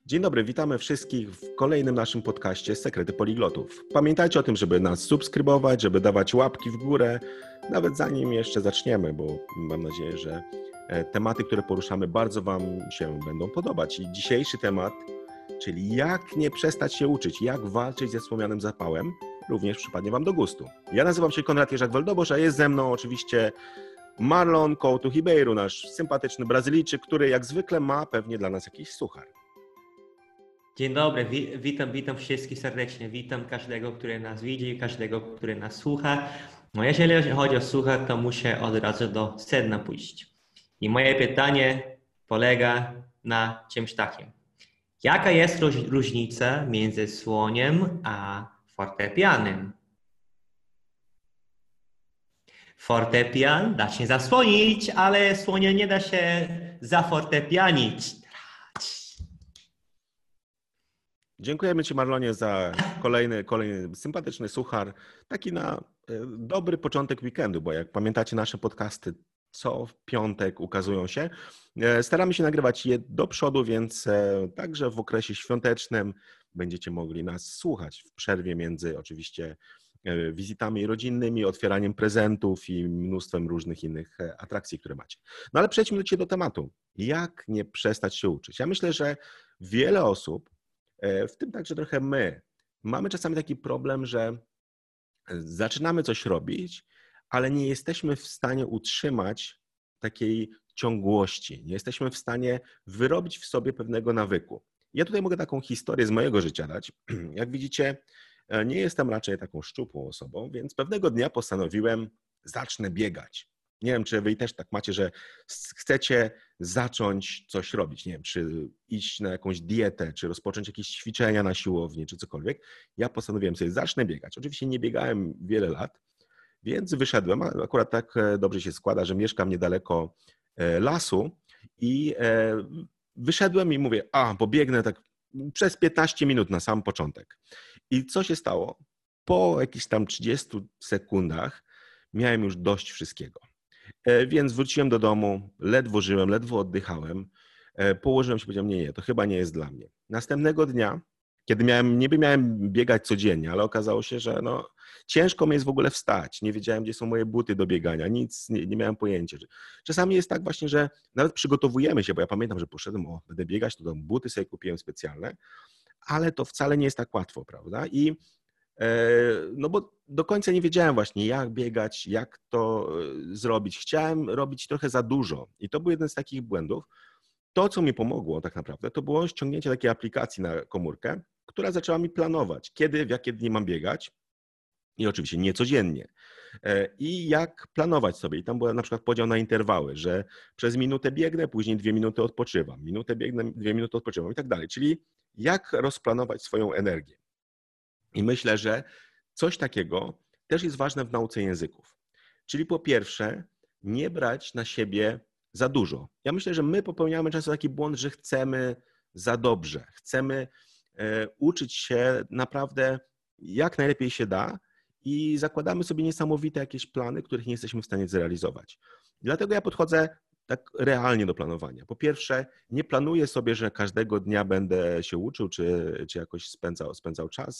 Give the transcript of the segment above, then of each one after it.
Dzień dobry, witamy wszystkich w kolejnym naszym podcaście Sekrety Poliglotów. Pamiętajcie o tym, żeby nas subskrybować, żeby dawać łapki w górę, nawet zanim jeszcze zaczniemy, bo mam nadzieję, że tematy, które poruszamy, bardzo Wam się będą podobać. I dzisiejszy temat, czyli jak nie przestać się uczyć, jak walczyć ze wspomnianym zapałem, również przypadnie Wam do gustu. Ja nazywam się Konrad Jerzak-Weldobosz, a jest ze mną oczywiście Marlon Couto Ribeiro, nasz sympatyczny Brazylijczyk, który jak zwykle ma pewnie dla nas jakiś suchar. Dzień dobry, witam wszystkich serdecznie, witam każdego, który nas widzi, każdego, który nas słucha. No jeżeli chodzi o suchar, to muszę od razu do sedna pójść. I moje pytanie polega na czymś takim. Jaka jest różnica między słoniem a fortepianem? Fortepian da się zasłonić, ale słonia nie da się zafortepianić. Dziękujemy Ci, Marlonie, za kolejny sympatyczny suchar. Taki na dobry początek weekendu, bo jak pamiętacie, nasze podcasty co w piątek ukazują się. Staramy się nagrywać je do przodu, więc także w okresie świątecznym będziecie mogli nas słuchać w przerwie między oczywiście wizytami rodzinnymi, otwieraniem prezentów i mnóstwem różnych innych atrakcji, które macie. No ale przejdźmy do tematu. Jak nie przestać się uczyć? Ja myślę, że wiele osób, w tym także trochę my, mamy czasami taki problem, że zaczynamy coś robić, ale nie jesteśmy w stanie utrzymać takiej ciągłości, nie jesteśmy w stanie wyrobić w sobie pewnego nawyku. Ja tutaj mogę taką historię z mojego życia dać. Jak widzicie, nie jestem raczej taką szczupłą osobą, więc pewnego dnia postanowiłem, zacznę biegać. Nie wiem, czy wy też tak macie, że chcecie zacząć coś robić, nie wiem, czy iść na jakąś dietę, czy rozpocząć jakieś ćwiczenia na siłowni, czy cokolwiek. Ja postanowiłem sobie, zacznę biegać. Oczywiście nie biegałem wiele lat, więc wyszedłem. Akurat tak dobrze się składa, że mieszkam niedaleko lasu i wyszedłem i mówię, bo biegnę tak przez 15 minut na sam początek. I co się stało? Po jakichś tam 30 sekundach miałem już dość wszystkiego. Więc wróciłem do domu, ledwo żyłem, ledwo oddychałem. Położyłem się i powiedziałem, nie, to chyba nie jest dla mnie. Następnego dnia, kiedy niby miałem biegać codziennie, ale okazało się, że ciężko mi jest w ogóle wstać. Nie wiedziałem, gdzie są moje buty do biegania, nic, nie miałem pojęcia. Czasami jest tak właśnie, że nawet przygotowujemy się, bo ja pamiętam, że poszedłem, będę biegać, to tam buty sobie kupiłem specjalne, ale to wcale nie jest tak łatwo, prawda? No bo do końca nie wiedziałem właśnie, jak biegać, jak to zrobić. Chciałem robić trochę za dużo i to był jeden z takich błędów. To, co mi pomogło tak naprawdę, to było ściągnięcie takiej aplikacji na komórkę, która zaczęła mi planować, kiedy, w jakie dni mam biegać i oczywiście nie codziennie. I jak planować sobie. I tam był na przykład podział na interwały, że przez minutę biegnę, później 2 minuty odpoczywam, minutę biegnę, 2 minuty odpoczywam i tak dalej. Czyli jak rozplanować swoją energię. I myślę, że coś takiego też jest ważne w nauce języków. Czyli po pierwsze, nie brać na siebie za dużo. Ja myślę, że my popełniamy często taki błąd, że chcemy za dobrze. Chcemy uczyć się naprawdę jak najlepiej się da i zakładamy sobie niesamowite jakieś plany, których nie jesteśmy w stanie zrealizować. Dlatego ja podchodzę tak realnie do planowania. Po pierwsze, nie planuję sobie, że każdego dnia będę się uczył, czy jakoś spędzał czas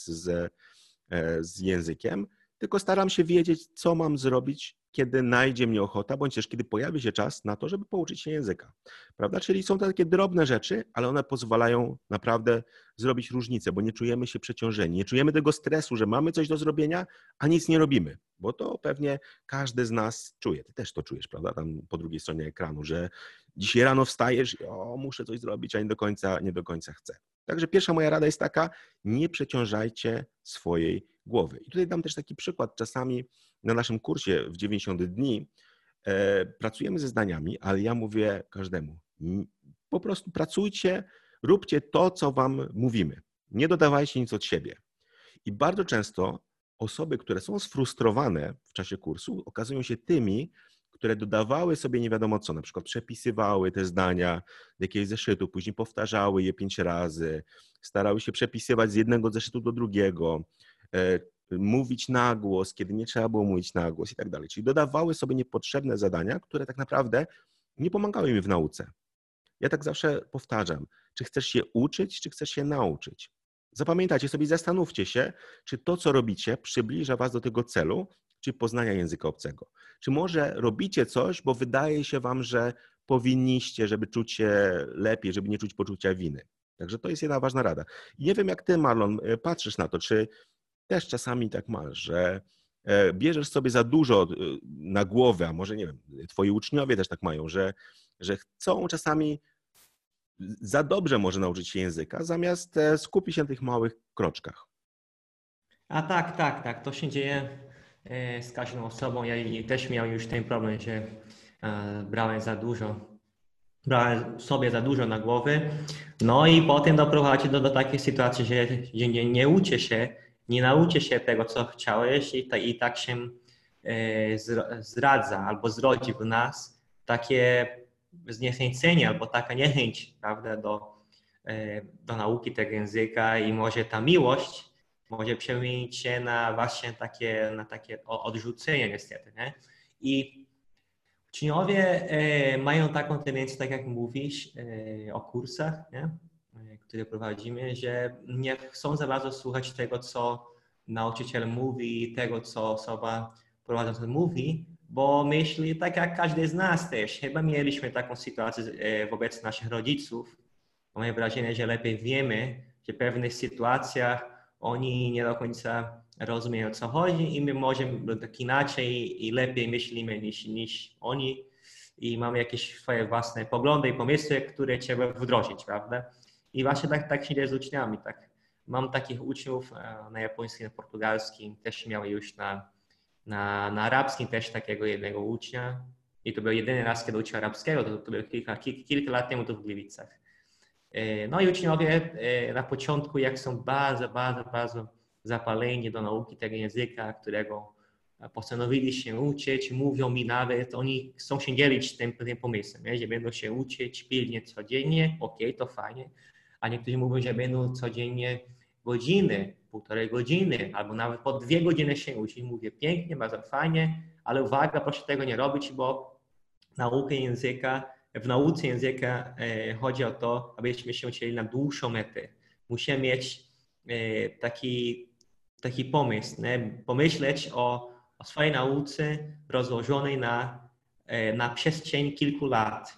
z językiem, tylko staram się wiedzieć, co mam zrobić, kiedy najdzie mnie ochota, bądź też kiedy pojawi się czas na to, żeby pouczyć się języka. Prawda? Czyli są to takie drobne rzeczy, ale one pozwalają naprawdę zrobić różnicę, bo nie czujemy się przeciążeni, nie czujemy tego stresu, że mamy coś do zrobienia, a nic nie robimy, bo to pewnie każdy z nas czuje. Ty też to czujesz, prawda? Tam po drugiej stronie ekranu, że dzisiaj rano wstajesz i muszę coś zrobić, a nie do końca chcę. Także pierwsza moja rada jest taka, nie przeciążajcie swojej głowy. I tutaj dam też taki przykład. Czasami na naszym kursie w 90 dni pracujemy ze zdaniami, ale ja mówię każdemu, po prostu pracujcie, róbcie to, co wam mówimy. Nie dodawajcie nic od siebie. I bardzo często osoby, które są sfrustrowane w czasie kursu, okazują się tymi, które dodawały sobie nie wiadomo co, na przykład przepisywały te zdania z jakiegoś zeszytu, później powtarzały je 5 razy, starały się przepisywać z jednego zeszytu do drugiego, mówić na głos, kiedy nie trzeba było mówić na głos i tak dalej. Czyli dodawały sobie niepotrzebne zadania, które tak naprawdę nie pomagały im w nauce. Ja tak zawsze powtarzam, czy chcesz się uczyć, czy chcesz się nauczyć. Zapamiętajcie sobie, zastanówcie się, czy to, co robicie, przybliża was do tego celu, czy poznania języka obcego. Czy może robicie coś, bo wydaje się wam, że powinniście, żeby czuć się lepiej, żeby nie czuć poczucia winy. Także to jest jedna ważna rada. I nie wiem, jak ty, Marlon, patrzysz na to, czy też czasami tak masz, że bierzesz sobie za dużo na głowę, a może nie wiem, twoi uczniowie też tak mają, że chcą czasami za dobrze może nauczyć się języka, zamiast skupić się na tych małych kroczkach. A tak, to się dzieje z każdą osobą. Ja też miałem już ten problem, że brałem sobie za dużo na głowy, no i potem doprowadzi do takiej sytuacji, że nie uczę się, nie nauczę się tego, co chciałeś i tak się zdradza albo zrodzi w nas takie zniechęcenie albo taka niechęć, prawda, do nauki tego języka i może ta miłość może przemienić się na właśnie takie odrzucenie niestety, nie? I uczniowie mają taką tendencję, tak jak mówisz, o kursach, nie? Które prowadzimy, że nie chcą za bardzo słuchać tego, co nauczyciel mówi, tego, co osoba prowadząca mówi, bo myśli, tak jak każdy z nas też, chyba mieliśmy taką sytuację wobec naszych rodziców. Mamy wrażenie, że lepiej wiemy, że w pewnych sytuacjach oni nie do końca rozumieją, o co chodzi i my możemy tak inaczej i lepiej myślimy niż oni i mamy jakieś swoje własne poglądy i pomysły, które trzeba wdrożyć, prawda? I właśnie tak się dzieje z uczniami. Tak. Mam takich uczniów na japońskim, na portugalskim, też miałem już na arabskim też takiego jednego ucznia i to był jedyny raz, kiedy uczył arabskiego, to było kilka lat temu to w Gliwicach. No i uczniowie na początku, jak są bardzo zapaleni do nauki tego języka, którego postanowili się uczyć, mówią mi nawet, oni chcą się dzielić tym pomysłem, nie? Że będą się uczyć pilnie codziennie, okej, to fajnie, a niektórzy mówią, że będą codziennie godziny, 1,5 godziny, albo nawet po 2 godziny się uczyć. Mówię, pięknie, bardzo fajnie, ale uwaga, proszę tego nie robić, bo w nauce języka chodzi o to, abyśmy się uczyli na dłuższą metę. Musimy mieć taki pomysł, nie? Pomyśleć o swojej nauce rozłożonej na przestrzeń kilku lat.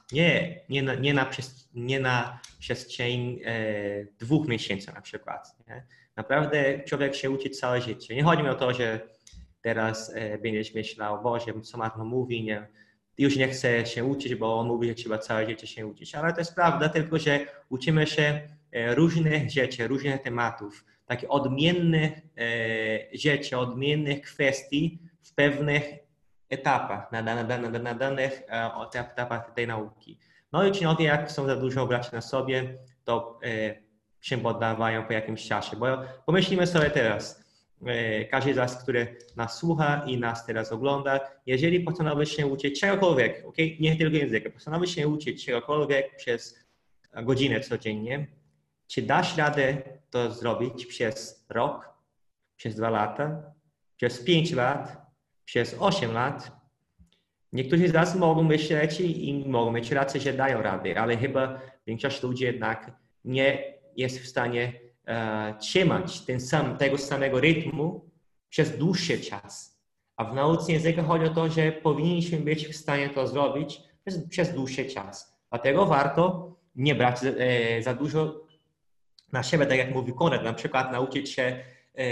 Nie na przestrzeń 2 miesięcy na przykład. Nie? Naprawdę człowiek się uczy całe życie. Nie chodzi mi o to, że teraz będziesz myślał, Boże, co Marlon mówi, nie? Już nie chcę się uczyć, bo on mówi, że trzeba całe życie się uczyć. Ale to jest prawda, tylko że uczymy się różnych rzeczy, różnych tematów, takich odmiennych rzeczy, odmiennych kwestii w pewnych etapach, na danych etapach tej nauki. No i uczniowie, jak są za dużo brać na sobie, to się poddawają po jakimś czasie. Bo pomyślimy sobie teraz, każdy z Was, który nas słucha i nas teraz ogląda, jeżeli postanowisz się uczyć czegokolwiek, okay? Nie tylko języka, postanowisz się uczyć czegokolwiek przez godzinę codziennie, czy dasz radę to zrobić przez rok, przez 2 lata, przez 5 lat, przez 8 lat? Niektórzy z nas mogą myśleć i mogą mieć rację, że dają radę, ale chyba większość ludzi jednak nie jest w stanie trzymać tego samego rytmu przez dłuższy czas. A w nauce języka chodzi o to, że powinniśmy być w stanie to zrobić przez dłuższy czas. Dlatego warto nie brać za dużo na siebie, tak jak mówi Konrad, na przykład nauczyć się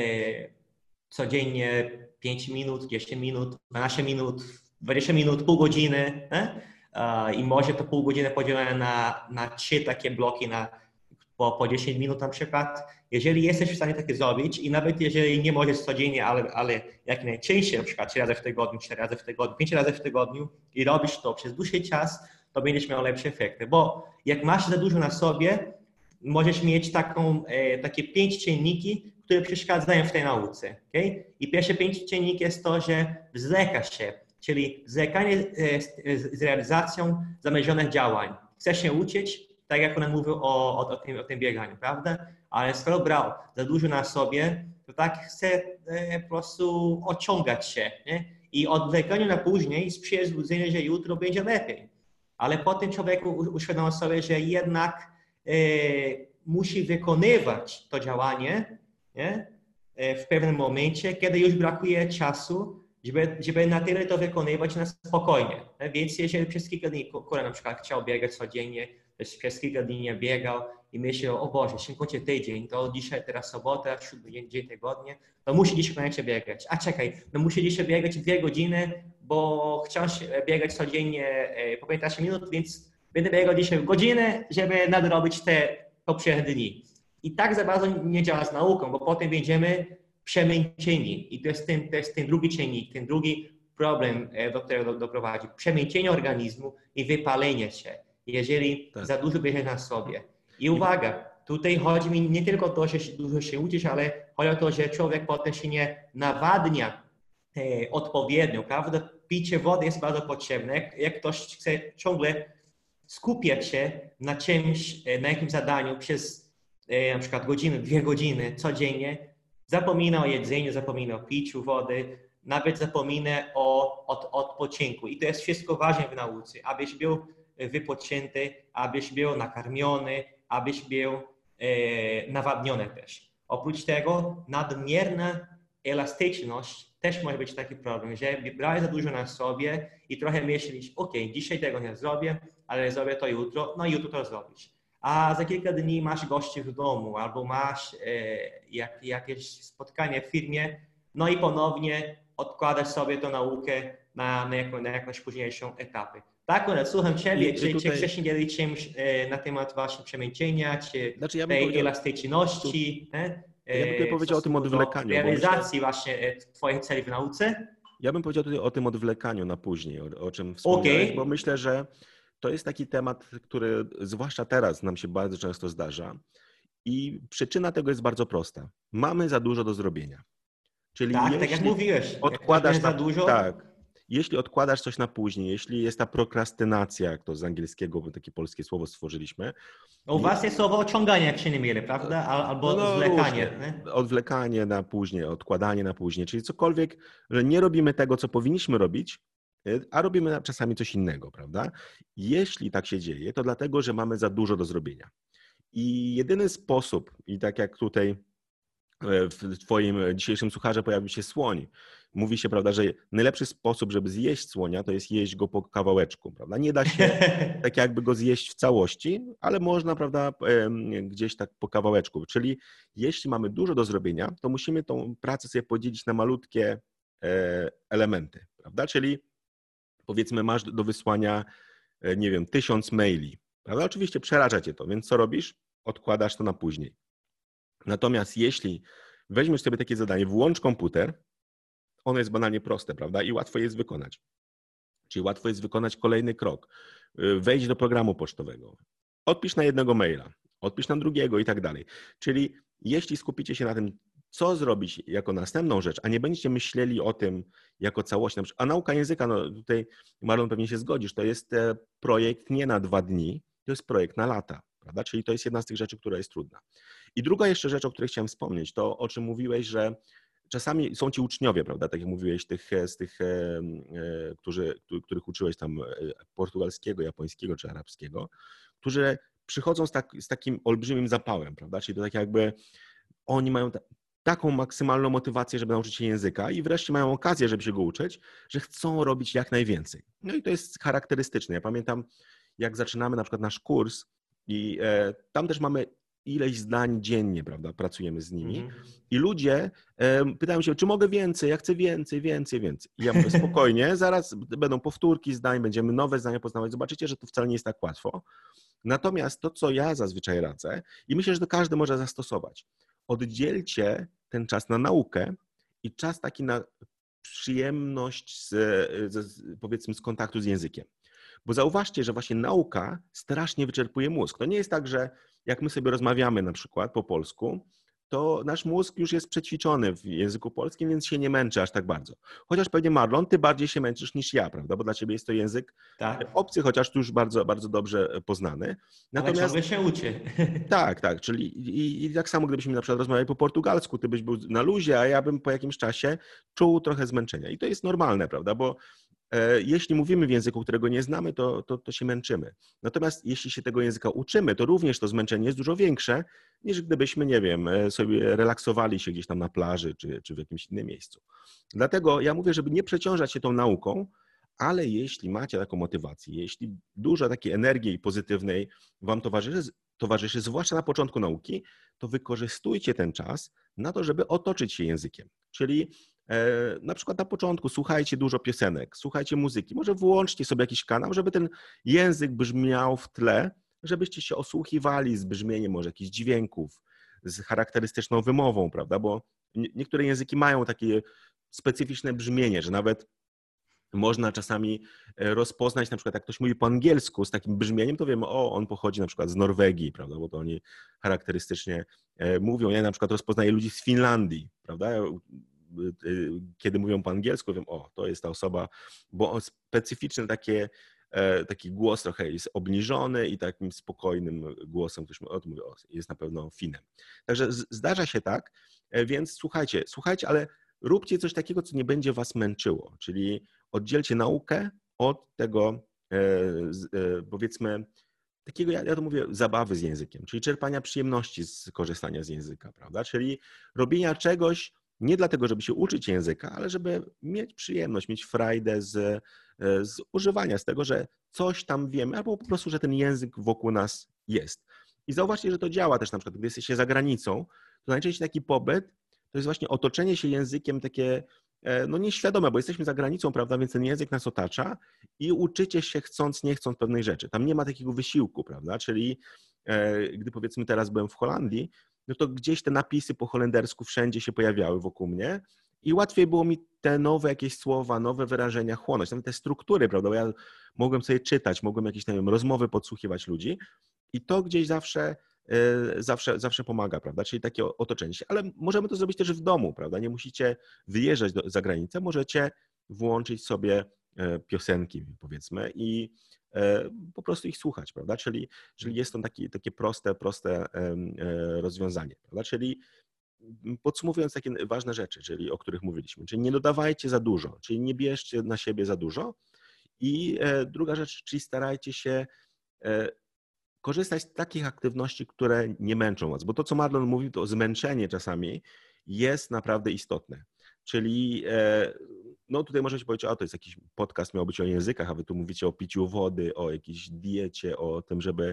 codziennie 5 minut, 10 minut, 12 minut, 20 minut, pół godziny i może to pół godziny podzielone na 3 takie bloki po 10 minut na przykład. Jeżeli jesteś w stanie takie zrobić i nawet jeżeli nie możesz codziennie, ale jak najczęściej, na przykład 3 razy w tygodniu, 4 razy w tygodniu, 5 razy w tygodniu i robisz to przez dłuższy czas, to będziesz miał lepsze efekty. Bo jak masz za dużo na sobie, możesz mieć takie 5 czynniki, które przeszkadzają w tej nauce. Okay? I pierwsze 5 czynników jest to, że zwlekasz się, czyli zwlekanie z realizacją zamierzonych działań. Chcesz się uczyć, tak jak on mówił o tym bieganiu, prawda? Ale skoro brał za dużo na sobie, to tak chce po prostu ociągać się, nie? I odwlekaniu na później sprzyja złudzenie, że jutro będzie lepiej. ale potem człowiek uświadamia sobie, że jednak musi wykonywać to działanie, nie? W pewnym momencie, kiedy już brakuje czasu, żeby na tyle to wykonywać na spokojnie. Więc jeżeli przez kilka dni Kura na przykład chciał biegać codziennie, przez kilka dni nie biegał i myślał, o Boże, się kończy tydzień, to dzisiaj, teraz sobota, 7 dzień tygodnia, to musi dzisiaj koniecznie biegać. A czekaj, no musi dzisiaj biegać 2 godziny, bo chciał biegać codziennie po 15 minut, więc będę biegał dzisiaj godzinę, żeby nadrobić te poprzednie dni. I tak za bardzo nie działa z nauką, bo potem będziemy przemęczeni. I to jest ten drugi czynnik, ten drugi problem, do którego doprowadzi. Przemęczenie organizmu i wypalenie się, jeżeli za dużo bierzesz na sobie. I uwaga, tutaj chodzi mi nie tylko o to, że dużo się uczysz, ale chodzi o to, że człowiek potem się nie nawadnia odpowiednio, prawda? Picie wody jest bardzo potrzebne. Jak ktoś chce ciągle skupiać się na czymś, na jakimś zadaniu przez na przykład godzinę, 2 godziny codziennie, zapomina o jedzeniu, zapomina o piciu wody, nawet zapomina o odpoczynku. I to jest wszystko ważne w nauce, abyś był wypoczęty, abyś był nakarmiony, abyś był nawadniony też. Oprócz tego nadmierna elastyczność też może być taki problem, że brałeś za dużo na sobie i trochę myślisz, ok, dzisiaj tego nie zrobię, ale zrobię to jutro, no i jutro to zrobisz. A za kilka dni masz gości w domu albo masz jakieś spotkanie w firmie, no i ponownie odkładasz sobie tę naukę na jakąś późniejszą etapy. Tak, ale słucham Ciebie, czy chcesz się dzielić czymś na temat właśnie przemęczenia, czy tej elastyczności? Ja bym tutaj powiedział o tym odwlekaniu. Realizacji właśnie Twoich celi w nauce? Ja bym powiedział tutaj o tym odwlekaniu na później, o czym wspomniałeś, bo myślę, że to jest taki temat, który zwłaszcza teraz nam się bardzo często zdarza i przyczyna tego jest bardzo prosta. Mamy za dużo do zrobienia. Czyli tak jak mówiłeś, odkładasz za dużo. Tak. Jeśli odkładasz coś na później, jeśli jest ta prokrastynacja, jak to z angielskiego, bo takie polskie słowo stworzyliśmy. U was jest słowo ociąganie, jak się nie mylę, prawda? Albo odwlekanie. Odwlekanie na później, odkładanie na później, czyli cokolwiek, że nie robimy tego, co powinniśmy robić, a robimy czasami coś innego, prawda? Jeśli tak się dzieje, to dlatego, że mamy za dużo do zrobienia. I jedyny sposób, i tak jak tutaj w Twoim dzisiejszym sucharze pojawił się słoń. Mówi się, prawda, że najlepszy sposób, żeby zjeść słonia, to jest jeść go po kawałeczku, prawda? Nie da się tak jakby go zjeść w całości, ale można, prawda, gdzieś tak po kawałeczku. Czyli jeśli mamy dużo do zrobienia, to musimy tą pracę sobie podzielić na malutkie elementy, prawda? Czyli powiedzmy masz do wysłania, nie wiem, 1000 maili, prawda? Oczywiście przeraża cię to, więc co robisz? Odkładasz to na później. Natomiast jeśli weźmiesz sobie takie zadanie, włącz komputer, ono jest banalnie proste, prawda? I łatwo jest wykonać. Czyli łatwo jest wykonać kolejny krok. Wejdź do programu pocztowego, odpisz na jednego maila, odpisz na drugiego i tak dalej. Czyli jeśli skupicie się na tym, co zrobić jako następną rzecz, a nie będziecie myśleli o tym jako całość, a nauka języka, no tutaj Marlon pewnie się zgodzisz, to jest projekt nie na 2 dni, to jest projekt na lata. Prawda? Czyli to jest jedna z tych rzeczy, która jest trudna. I druga jeszcze rzecz, o której chciałem wspomnieć, to o czym mówiłeś, że czasami są ci uczniowie, prawda, tak jak mówiłeś, których uczyłeś tam portugalskiego, japońskiego czy arabskiego, którzy przychodzą z takim olbrzymim zapałem, prawda, czyli to tak jakby oni mają taką maksymalną motywację, żeby nauczyć się języka i wreszcie mają okazję, żeby się go uczyć, że chcą robić jak najwięcej. No i to jest charakterystyczne. Ja pamiętam, jak zaczynamy na przykład nasz kurs, i tam też mamy ileś zdań dziennie, prawda, pracujemy z nimi i ludzie pytają się, czy mogę więcej, ja chcę więcej. I ja mówię, spokojnie, zaraz będą powtórki zdań, będziemy nowe zdania poznawać, zobaczycie, że to wcale nie jest tak łatwo. Natomiast to, co ja zazwyczaj radzę i myślę, że to każdy może zastosować, oddzielcie ten czas na naukę i czas taki na przyjemność powiedzmy z kontaktu z językiem. Bo zauważcie, że właśnie nauka strasznie wyczerpuje mózg. To nie jest tak, że jak my sobie rozmawiamy na przykład po polsku, to nasz mózg już jest przećwiczony w języku polskim, więc się nie męczy aż tak bardzo. Chociaż pewnie Marlon, ty bardziej się męczysz niż ja, prawda? Bo dla ciebie jest to język obcy, chociaż tu już bardzo, bardzo dobrze poznany. Natomiast ciągle się uczy. Tak. Czyli i tak samo, gdybyśmy na przykład rozmawiali po portugalsku, ty byś był na luzie, a ja bym po jakimś czasie czuł trochę zmęczenia. I to jest normalne, prawda? Bo jeśli mówimy w języku, którego nie znamy, to się męczymy. Natomiast jeśli się tego języka uczymy, to również to zmęczenie jest dużo większe, niż gdybyśmy, nie wiem, sobie relaksowali się gdzieś tam na plaży czy w jakimś innym miejscu. Dlatego ja mówię, żeby nie przeciążać się tą nauką, ale jeśli macie taką motywację, jeśli dużo takiej energii pozytywnej wam towarzyszy, zwłaszcza na początku nauki, to wykorzystujcie ten czas na to, żeby otoczyć się językiem. Czyli na przykład na początku słuchajcie dużo piosenek, słuchajcie muzyki, może włączcie sobie jakiś kanał, żeby ten język brzmiał w tle, żebyście się osłuchiwali z brzmieniem może jakichś dźwięków, z charakterystyczną wymową, prawda, bo niektóre języki mają takie specyficzne brzmienie, że nawet można czasami rozpoznać, na przykład jak ktoś mówi po angielsku z takim brzmieniem, to wiemy, on pochodzi na przykład z Norwegii, prawda, bo to oni charakterystycznie mówią. Ja na przykład rozpoznaję ludzi z Finlandii, prawda, kiedy mówią po angielsku, wiem, to jest ta osoba, bo specyficzny taki głos trochę jest obniżony i takim spokojnym głosem ktoś mówi, jest na pewno Finem. Także zdarza się tak, więc słuchajcie, ale róbcie coś takiego, co nie będzie was męczyło, czyli oddzielcie naukę od tego, powiedzmy, takiego, ja to mówię, zabawy z językiem, czyli czerpania przyjemności z korzystania z języka, prawda? Czyli robienia czegoś nie dlatego, żeby się uczyć języka, ale żeby mieć przyjemność, mieć frajdę z używania, z tego, że coś tam wiemy, albo po prostu, że ten język wokół nas jest. I zauważcie, że to działa też na przykład, gdy jesteście za granicą, to najczęściej taki pobyt to jest właśnie otoczenie się językiem takie nieświadome, bo jesteśmy za granicą, prawda, więc ten język nas otacza i uczycie się chcąc, nie chcąc pewnej rzeczy. Tam nie ma takiego wysiłku, prawda, czyli gdy powiedzmy teraz byłem w Holandii, no to gdzieś te napisy po holendersku wszędzie się pojawiały wokół mnie i łatwiej było mi te nowe jakieś słowa, nowe wyrażenia chłonąć, nawet te struktury, prawda, bo ja mogłem sobie czytać, mogłem jakieś, nie wiem, rozmowy podsłuchiwać ludzi i to gdzieś zawsze pomaga, prawda, czyli takie otoczenie się, ale możemy to zrobić też w domu, prawda, nie musicie wyjeżdżać za granicę, możecie włączyć sobie piosenki, powiedzmy, i po prostu ich słuchać, prawda, czyli jest to takie proste rozwiązanie, prawda, czyli podsumowując takie ważne rzeczy, czyli o których mówiliśmy, czyli nie dodawajcie za dużo, czyli nie bierzcie na siebie za dużo i druga rzecz, czyli starajcie się korzystać z takich aktywności, które nie męczą was, bo to, co Marlon mówił, to zmęczenie czasami jest naprawdę istotne. Czyli no tutaj możecie powiedzieć, to jest jakiś podcast, miał być o językach, a wy tu mówicie o piciu wody, o jakiejś diecie, o tym, żeby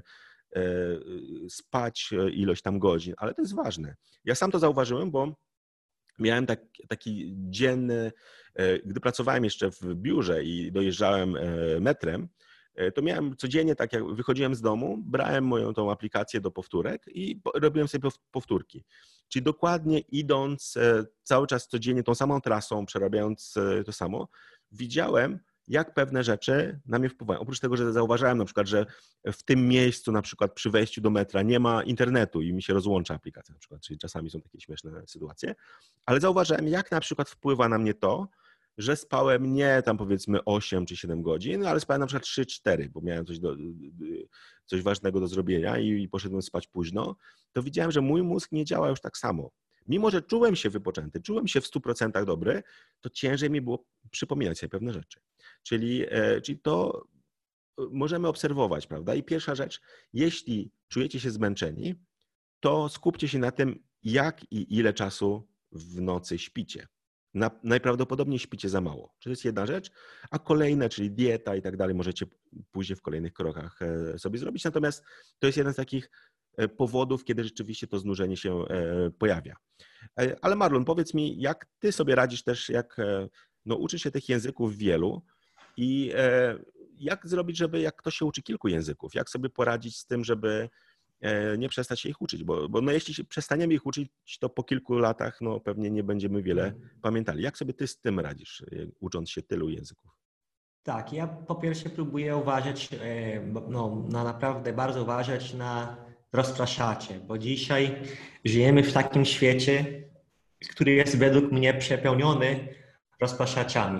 spać ilość tam godzin, ale to jest ważne. Ja sam to zauważyłem, bo miałem taki dzienny, gdy pracowałem jeszcze w biurze i dojeżdżałem metrem, to miałem codziennie, tak jak wychodziłem z domu, brałem moją tą aplikację do powtórek i robiłem sobie powtórki. Czyli dokładnie idąc cały czas codziennie tą samą trasą, przerabiając to samo, widziałem, jak pewne rzeczy na mnie wpływają. Oprócz tego, że zauważałem na przykład, że w tym miejscu, na przykład przy wejściu do metra nie ma internetu i mi się rozłącza aplikacja na przykład, czyli czasami są takie śmieszne sytuacje, ale zauważyłem, jak na przykład wpływa na mnie to, że spałem nie tam powiedzmy 8 czy 7 godzin, ale spałem na przykład 3-4, bo miałem coś ważnego do zrobienia i poszedłem spać późno, to widziałem, że mój mózg nie działa już tak samo. Mimo że czułem się wypoczęty, czułem się w 100% dobry, to ciężej mi było przypominać sobie pewne rzeczy. Czyli to możemy obserwować, prawda? I pierwsza rzecz, jeśli czujecie się zmęczeni, to skupcie się na tym, jak i ile czasu w nocy śpicie. Najprawdopodobniej śpicie za mało. To jest jedna rzecz, a kolejne, czyli dieta i tak dalej, możecie później w kolejnych krokach sobie zrobić. Natomiast to jest jeden z takich powodów, kiedy rzeczywiście to znużenie się pojawia. Ale Marlon, powiedz mi, jak ty sobie radzisz też, jak uczysz się tych języków wielu i jak zrobić, żeby jak ktoś się uczy kilku języków, jak sobie poradzić z tym, żeby nie przestać się ich uczyć, bo jeśli przestaniemy ich uczyć, to po kilku latach pewnie nie będziemy wiele pamiętali. Jak sobie ty z tym radzisz, ucząc się tylu języków? Tak, ja po pierwsze próbuję uważać, naprawdę bardzo uważać na rozpraszacze, bo dzisiaj żyjemy w takim świecie, który jest według mnie przepełniony rozpraszaczami.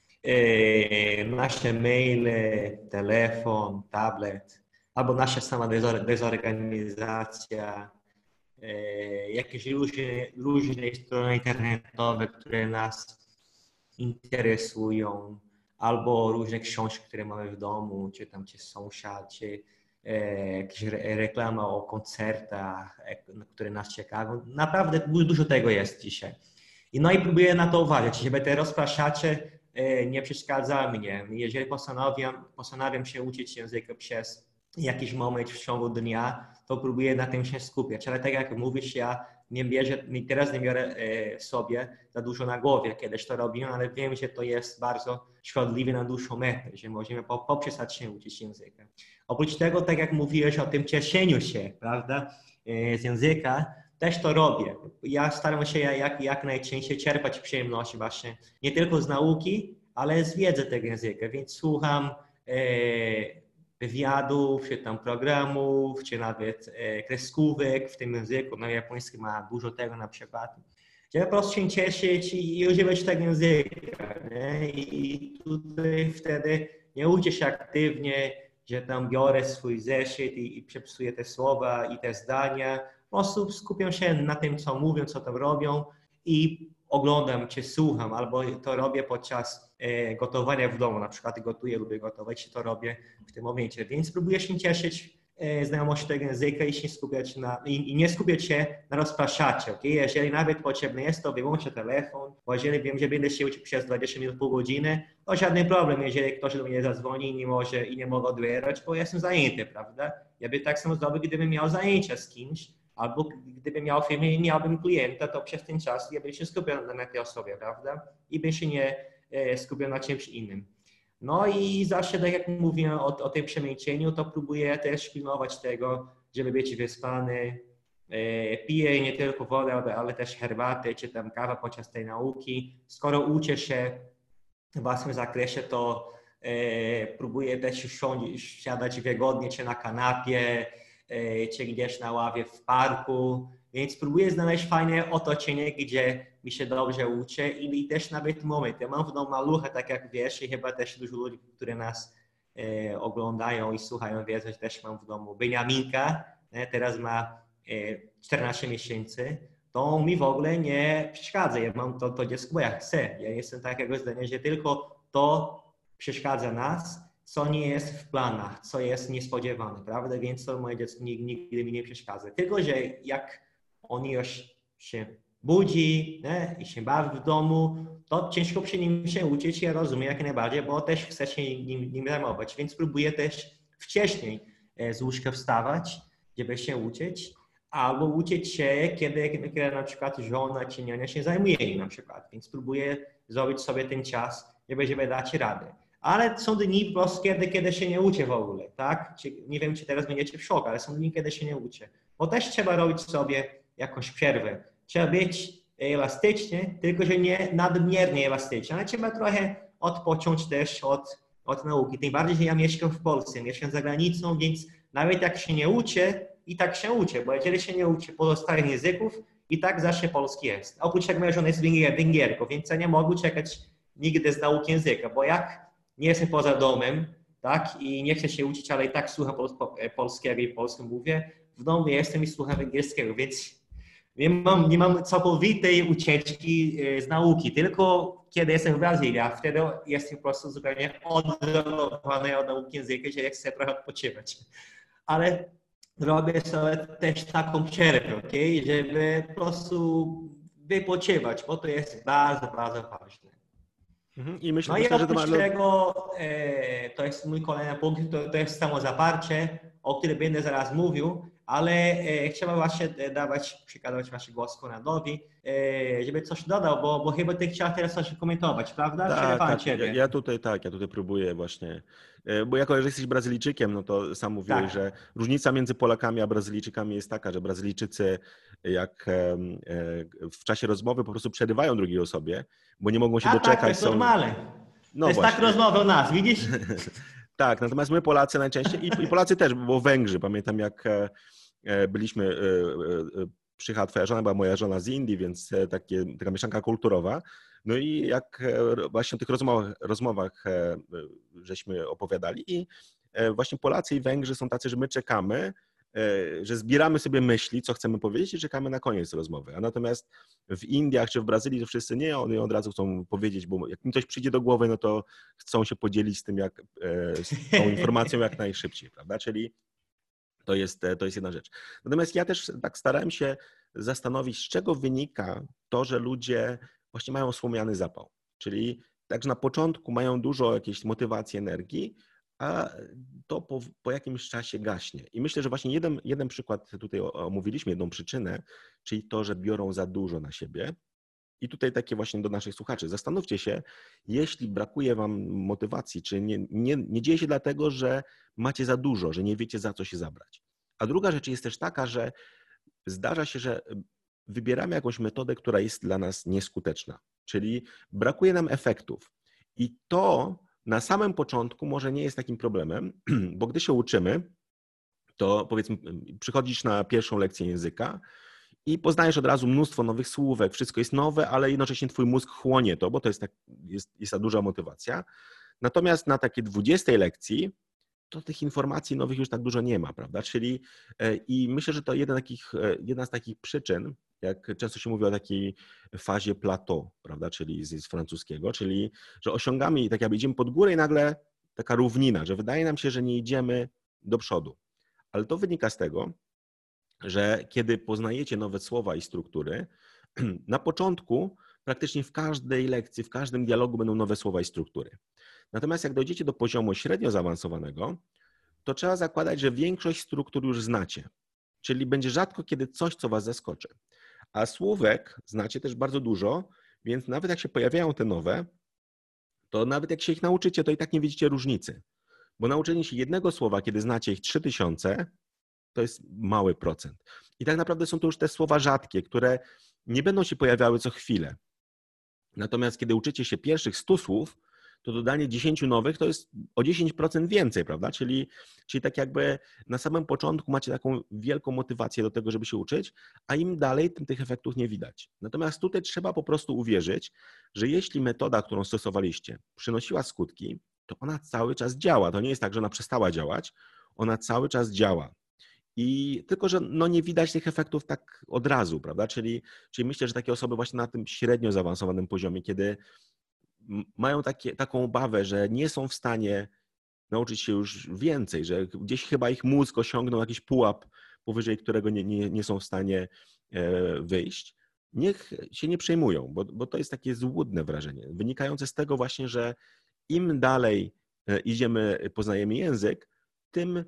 Nasze maile, telefon, tablet, albo nasza sama dezorganizacja, jakieś luźne strony internetowe, które nas interesują, albo różne książki, które mamy w domu, czy sąsiad, czy jakaś reklama o koncertach, które nas ciekawią. Naprawdę dużo tego jest dzisiaj. No i próbuję na to uważać, żeby te rozpraszacze nie przeszkadzały mnie. Jeżeli postanawiam się uczyć języka przez jakiś moment w ciągu dnia, to próbuję na tym się skupiać. Ale tak jak mówisz, ja teraz nie biorę sobie za dużo na głowie. Kiedyś to robiłem, ale wiem, że to jest bardzo szkodliwe na dłuższą metę, że możemy poprzestać się uczyć języka. Oprócz tego, tak jak mówiłeś o tym cieszeniu się, prawda, z języka, też to robię. Ja staram się jak najczęściej czerpać przyjemność właśnie nie tylko z nauki, ale z wiedzy tego języka, więc słucham wywiadów, czy tam programów, czy nawet kreskówek w tym języku. No japoński ma dużo tego na przykład. Żeby po prostu się cieszyć i używać tego języka. Nie? I tutaj wtedy nie uczę się aktywnie, że tam biorę swój zeszyt i przepisuję te słowa i te zdania. Po prostu skupiam się na tym, co mówią, co tam robią i oglądam, czy słucham, albo to robię podczas gotowania w domu. Na przykład gotuję, lubię gotować i to robię w tym momencie. Więc próbuję się cieszyć znajomości tego języka i nie skupiać się na rozpraszacie. Okay? Jeżeli nawet potrzebne jest, to wyłączę telefon, bo jeżeli wiem, że będę się uczył przez 20 minut, pół godziny, to żaden problem, jeżeli ktoś do mnie zadzwoni i nie mogę odbierać, bo jestem zajęty, prawda? Ja bym tak samo zrobił, gdybym miał zajęcia z kimś, albo gdybym miał firmę i miałbym klienta, to przez ten czas ja bym się skupiał na tej osobie, prawda? I bym się nie skupiał na czymś innym. No i zawsze, tak jak mówiłem o tym przemęczeniu, to próbuję też pilnować tego, żeby być wyspany. Piję nie tylko wodę, ale też herbatę, czy tam kawę podczas tej nauki. Skoro uczę się w własnym zakresie, to próbuję też siadać wygodnie, czy na kanapie, czy gdzieś na ławie w parku. Więc próbuję znaleźć fajne otoczenie, gdzie mi się dobrze uczę i też nawet moment. Ja mam w domu malucha, tak jak wiesz, i chyba też dużo ludzi, które nas oglądają i słuchają, wiedzą, że też mam w domu Beniaminka, teraz ma 14 miesięcy, to mi w ogóle nie przeszkadza. Ja mam to dziecko, bo ja chcę. Ja jestem takiego zdania, że tylko to przeszkadza nas, co nie jest w planach, co jest niespodziewane, prawda? Więc to moje dziecko nigdy mi nie przeszkadza. Tylko, że jak on już się budzi, nie? I się bawi w domu, to ciężko przy nim się uczyć, ja rozumiem jak najbardziej, bo też chcę się nim zajmować, więc próbuję też wcześniej z łóżka wstawać, żeby się uczyć, albo uczyć się, kiedy na przykład żona czy niania się zajmuje nim na przykład, więc próbuję zrobić sobie ten czas, żeby dać radę. Ale są dni po prostu, kiedy się nie uczę w ogóle, tak? Nie wiem, czy teraz będziecie w szoku, ale są dni, kiedy się nie uczę. Bo też trzeba robić sobie jakąś przerwę. Trzeba być elastyczny, tylko że nie nadmiernie elastyczny, ale trzeba trochę odpocząć też od nauki. Tym bardziej, że ja mieszkam w Polsce, mieszkam za granicą, więc nawet jak się nie uczę, i tak się uczę, bo jeżeli się nie uczę pozostałych języków, i tak zawsze polski jest. Oprócz tego moja żona jest Węgierką, więc ja nie mogę czekać nigdy z nauki języka, bo jak nie jestem poza domem, tak, i nie chcę się uczyć, ale i tak słucham polskiego i polskim mówię, w domu jestem i słucham węgierskiego, więc nie mam całkowitej ucieczki z nauki, tylko kiedy jestem w Brazylii, a wtedy jestem po prostu zupełnie odrolowany od nauki języka, że ja chcę trochę odpoczywać. Ale robię sobie też taką przerwę, okay? Żeby po prostu wypoczywać, bo to jest bardzo, bardzo ważne. I myślę, No i oprócz że tego, to jest mój kolejny punkt, to jest samozaparcie, o którym będę zaraz mówił, ale chciałbym właśnie przekazać właśnie głos Konradowi, żeby coś dodał, bo chyba ty chciałeś teraz coś komentować, prawda? Tak, ja tutaj próbuję właśnie, bo jako, że jesteś Brazylijczykiem, no to sam mówiłeś, Tak. że różnica między Polakami a Brazylijczykami jest taka, że Brazylijczycy jak w czasie rozmowy po prostu przerywają drugiej osobie, bo nie mogą się doczekać. Tak, to jest normalne. No to jest właśnie. tak rozmowa o nas, widzisz? Tak, natomiast my Polacy najczęściej, i Polacy też, bo Węgrzy, pamiętam jak byliśmy, przyjechała twoja żona, była moja żona z Indii, więc taka mieszanka kulturowa. No i jak właśnie o tych rozmowach żeśmy opowiadali i właśnie Polacy i Węgrzy są tacy, że my czekamy, że zbieramy sobie myśli, co chcemy powiedzieć i czekamy na koniec rozmowy. A natomiast w Indiach czy w Brazylii to wszyscy nie, oni od razu chcą powiedzieć, bo jak im coś przyjdzie do głowy, no to chcą się podzielić z tym, z tą informacją jak najszybciej, prawda? Czyli to jest jedna rzecz. Natomiast ja też tak starałem się zastanowić, z czego wynika to, że ludzie właśnie mają słomiany zapał. Czyli tak, że na początku mają dużo jakiejś motywacji, energii, a to po jakimś czasie gaśnie. I myślę, że właśnie jeden przykład tutaj omówiliśmy, jedną przyczynę, czyli to, że biorą za dużo na siebie. I tutaj takie właśnie do naszych słuchaczy. Zastanówcie się, jeśli brakuje wam motywacji, czy nie dzieje się dlatego, że macie za dużo, że nie wiecie, za co się zabrać. A druga rzecz jest też taka, że zdarza się, że wybieramy jakąś metodę, która jest dla nas nieskuteczna, czyli brakuje nam efektów. I to na samym początku może nie jest takim problemem, bo gdy się uczymy, to powiedzmy przychodzisz na pierwszą lekcję języka i poznajesz od razu mnóstwo nowych słówek, wszystko jest nowe, ale jednocześnie twój mózg chłonie to, bo to jest ta duża motywacja. Natomiast na takiej 20 lekcji to tych informacji nowych już tak dużo nie ma, prawda? Czyli i myślę, że to jedna z takich przyczyn, jak często się mówi o takiej fazie plateau, prawda? Czyli z francuskiego, czyli że osiągamy i tak jakby idziemy pod górę i nagle taka równina, że wydaje nam się, że nie idziemy do przodu. Ale to wynika z tego, że kiedy poznajecie nowe słowa i struktury, na początku praktycznie w każdej lekcji, w każdym dialogu będą nowe słowa i struktury. Natomiast jak dojdziecie do poziomu średnio zaawansowanego, to trzeba zakładać, że większość struktur już znacie. Czyli będzie rzadko kiedy coś, co was zaskoczy. A słówek znacie też bardzo dużo, więc nawet jak się pojawiają te nowe, to nawet jak się ich nauczycie, to i tak nie widzicie różnicy. Bo nauczenie się jednego słowa, kiedy znacie ich 3000, to jest mały procent. I tak naprawdę są to już te słowa rzadkie, które nie będą się pojawiały co chwilę. Natomiast kiedy uczycie się pierwszych 100 słów, to dodanie 10 nowych to jest o 10% więcej, prawda? Czyli tak jakby na samym początku macie taką wielką motywację do tego, żeby się uczyć, a im dalej, tym tych efektów nie widać. Natomiast tutaj trzeba po prostu uwierzyć, że jeśli metoda, którą stosowaliście, przynosiła skutki, to ona cały czas działa. To nie jest tak, że ona przestała działać, ona cały czas działa. I tylko, że no nie widać tych efektów tak od razu, prawda? Czyli myślę, że takie osoby właśnie na tym średnio zaawansowanym poziomie, kiedy mają taką obawę, że nie są w stanie nauczyć się już więcej, że gdzieś chyba ich mózg osiągnął jakiś pułap, powyżej którego nie są w stanie wyjść, niech się nie przejmują, bo to jest takie złudne wrażenie, wynikające z tego właśnie, że im dalej idziemy, poznajemy język, tym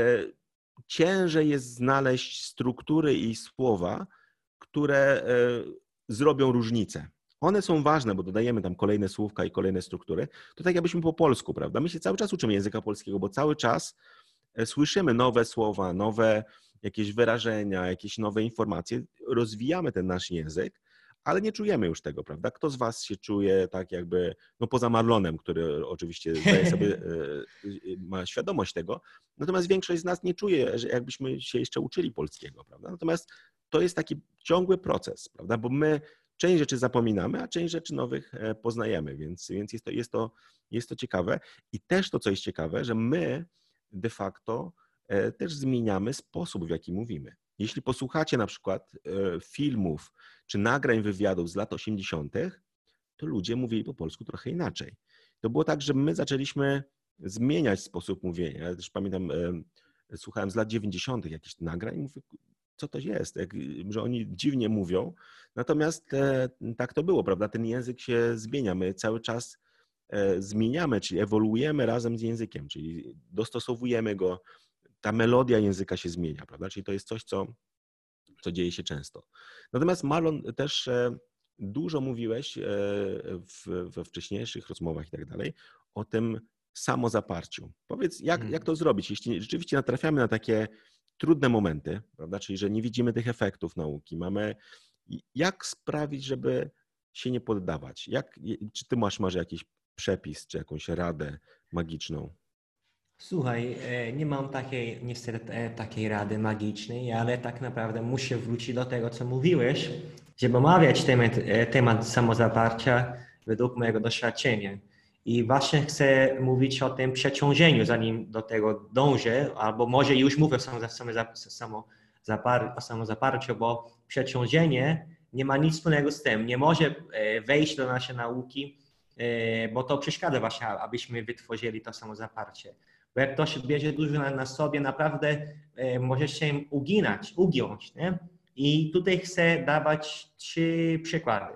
ciężej jest znaleźć struktury i słowa, które zrobią różnicę. One są ważne, bo dodajemy tam kolejne słówka i kolejne struktury. To tak jakbyśmy po polsku, prawda? My się cały czas uczymy języka polskiego, bo cały czas słyszymy nowe słowa, nowe jakieś wyrażenia, jakieś nowe informacje, rozwijamy ten nasz język, ale nie czujemy już tego, prawda? Kto z was się czuje tak jakby, no poza Marlonem, który oczywiście zdaje sobie, ma świadomość tego, natomiast większość z nas nie czuje, że jakbyśmy się jeszcze uczyli polskiego, prawda? Natomiast to jest taki ciągły proces, prawda? Bo my część rzeczy zapominamy, a część rzeczy nowych poznajemy, więc jest to ciekawe. I też to, co jest ciekawe, że my de facto też zmieniamy sposób, w jaki mówimy. Jeśli posłuchacie na przykład filmów czy nagrań wywiadów z lat 80., to ludzie mówili po polsku trochę inaczej. To było tak, że my zaczęliśmy zmieniać sposób mówienia. Ja też pamiętam, słuchałem z lat 90. jakichś nagrań i mówię, co to jest, że oni dziwnie mówią. Natomiast tak to było, prawda? Ten język się zmienia. My cały czas zmieniamy, czyli ewoluujemy razem z językiem, czyli dostosowujemy go. Ta melodia języka się zmienia, prawda? Czyli to jest coś, co dzieje się często. Natomiast Marlon, też dużo mówiłeś we wcześniejszych rozmowach i tak dalej o tym samozaparciu. Powiedz, jak to zrobić, jeśli rzeczywiście natrafiamy na takie trudne momenty, prawda? Czyli że nie widzimy tych efektów nauki. Jak sprawić, żeby się nie poddawać? Czy ty masz jakiś przepis, czy jakąś radę magiczną? Słuchaj, nie mam niestety takiej rady magicznej, ale tak naprawdę muszę wrócić do tego, co mówiłeś, żeby omawiać temat samozaparcia według mojego doświadczenia. I właśnie chcę mówić o tym przeciążeniu, zanim do tego dążę, albo może już mówię o samozaparciu, bo przeciążenie nie ma nic wspólnego z tym. Nie może wejść do naszej nauki, bo to przeszkadza właśnie, abyśmy wytworzyli to samozaparcie. Bo jak ktoś bierze dużo na sobie, naprawdę może się ugiąć. Nie? I tutaj chcę dawać 3 przykłady.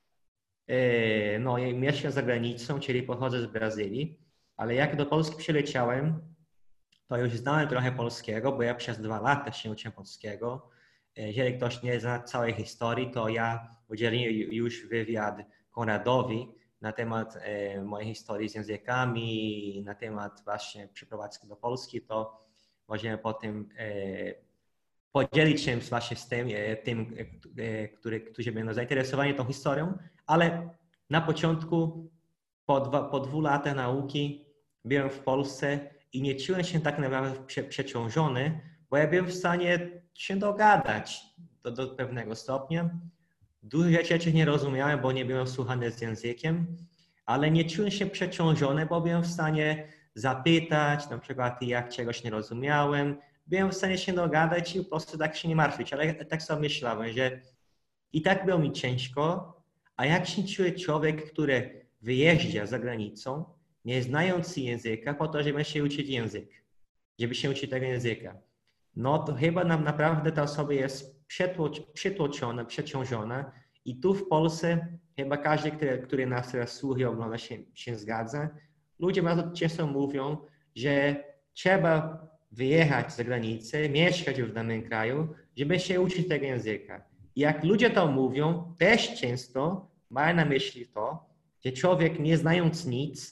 No, ja mieszkam za granicą, czyli pochodzę z Brazylii, ale jak do Polski przyleciałem, to już znałem trochę polskiego, bo ja przez 2 lata się uczyłem polskiego. Jeżeli ktoś nie zna całej historii, to ja udzieliłem już wywiad Konradowi na temat mojej historii z językami, na temat właśnie przeprowadzki do Polski, to możemy potem podzielić się właśnie z tym, którzy będą zainteresowani tą historią, ale na początku, po 2 latach nauki, byłem w Polsce i nie czułem się tak naprawdę przeciążony, bo ja byłem w stanie się dogadać do pewnego stopnia. Dużo rzeczy nie rozumiałem, bo nie byłem słuchany z językiem, ale nie czułem się przeciążony, bo byłem w stanie zapytać, na przykład jak czegoś nie rozumiałem, byłem w stanie się dogadać i po prostu tak się nie martwić, ale tak sobie myślałem, że i tak było mi ciężko, a jak się czuje człowiek, który wyjeżdża za granicą, nie znając języka, po to, żeby się uczyć język, żeby się uczyć tego języka. No to chyba naprawdę ta osoba jest przytłoczona, przeciążona i tu w Polsce chyba każdy, który nas teraz słucha i ogląda się zgadza. Ludzie bardzo często mówią, że trzeba wyjechać za granicę, mieszkać w danym kraju, żeby się uczyć tego języka. I jak ludzie to mówią, też często mają na myśli to, że człowiek nie znając nic,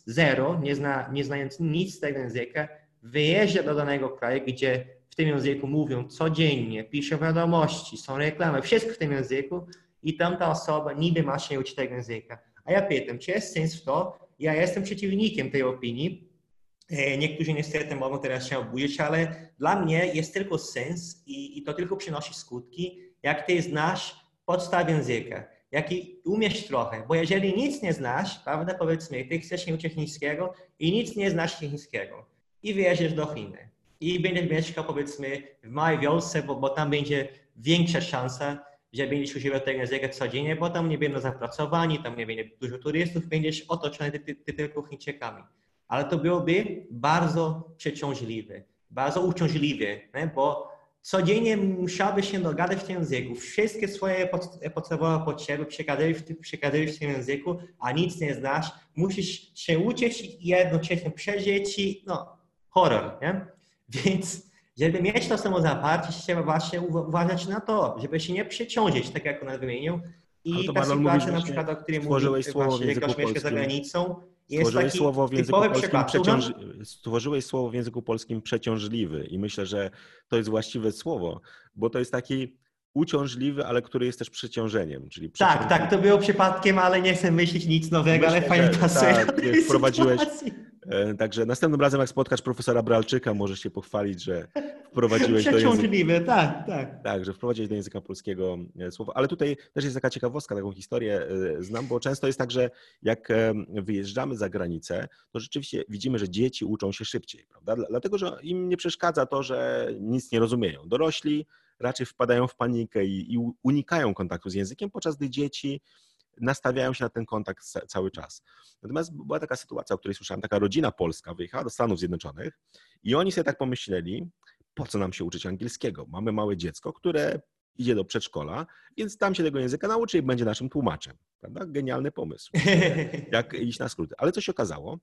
nie znając nic z tego języka, wyjeżdża do danego kraju, gdzie w tym języku mówią codziennie, piszą wiadomości, są reklamy, wszystko w tym języku i tamta osoba niby ma się uczyć tego języka. A ja pytam, czy jest sens w to? Ja jestem przeciwnikiem tej opinii. Niektórzy niestety mogą teraz się obudzić, ale dla mnie jest tylko sens i to tylko przynosi skutki, jak ty znasz podstaw języka, jak umiesz trochę, bo jeżeli nic nie znasz, prawda, powiedzmy, ty chcesz się uczyć chińskiego i nic nie znasz chińskiego i wyjeżdżasz do Chin i będziesz mieszkał, powiedzmy, w małej wiosce, bo tam będzie większa szansa, że będziesz używał tego języka codziennie, bo tam nie będą zapracowani, tam nie będzie dużo turystów, będziesz otoczony tylko Chińczykami. Ale to byłoby bardzo przeciążliwe, bardzo uciążliwe, nie? Bo codziennie musiałbyś się dogadać w tym języku. Wszystkie swoje podstawowe potrzeby przekazujesz w tym języku, a nic nie znasz. Musisz się uczyć i jednocześnie przeżyć i horror, nie? Więc żeby mieć to samozaparcie, trzeba właśnie uważać na to, żeby się nie przeciążyć, tak jak on wymienił. I ta sytuacja na przykład, o której mówił, właśnie, że ktoś mieszka za granicą, jest taki typowy przykład. Stworzyłeś słowo w języku polskim przeciążliwy i myślę, że to jest właściwe słowo, bo to jest taki uciążliwy, ale który jest też przeciążeniem. Czyli Tak, to było przypadkiem, ale nie chcę myśleć nic nowego, ale fajnie pasuje do tej wprowadziłeś. sytuacji. Także następnym razem, jak spotkasz profesora Bralczyka, możesz się pochwalić, że wprowadziłeś przeciążliwy, tak. Tak, że wprowadziłeś do języka polskiego słowo. Ale tutaj też jest taka ciekawostka, taką historię znam, bo często jest tak, że jak wyjeżdżamy za granicę, to rzeczywiście widzimy, że dzieci uczą się szybciej, prawda? Dlatego, że im nie przeszkadza to, że nic nie rozumieją. Dorośli raczej wpadają w panikę i unikają kontaktu z językiem, podczas gdy dzieci nastawiają się na ten kontakt cały czas. Natomiast była taka sytuacja, o której słyszałem, taka rodzina polska wyjechała do Stanów Zjednoczonych i oni sobie tak pomyśleli, po co nam się uczyć angielskiego? Mamy małe dziecko, które idzie do przedszkola, więc tam się tego języka nauczy i będzie naszym tłumaczem. Prawda? Genialny pomysł. Jak iść na skróty. Ale co się okazało?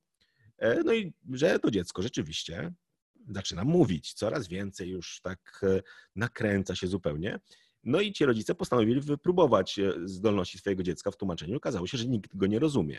No i że to dziecko rzeczywiście zaczyna mówić coraz więcej, już tak nakręca się zupełnie. No i ci rodzice postanowili wypróbować zdolności swojego dziecka w tłumaczeniu. Okazało się, że nikt go nie rozumie.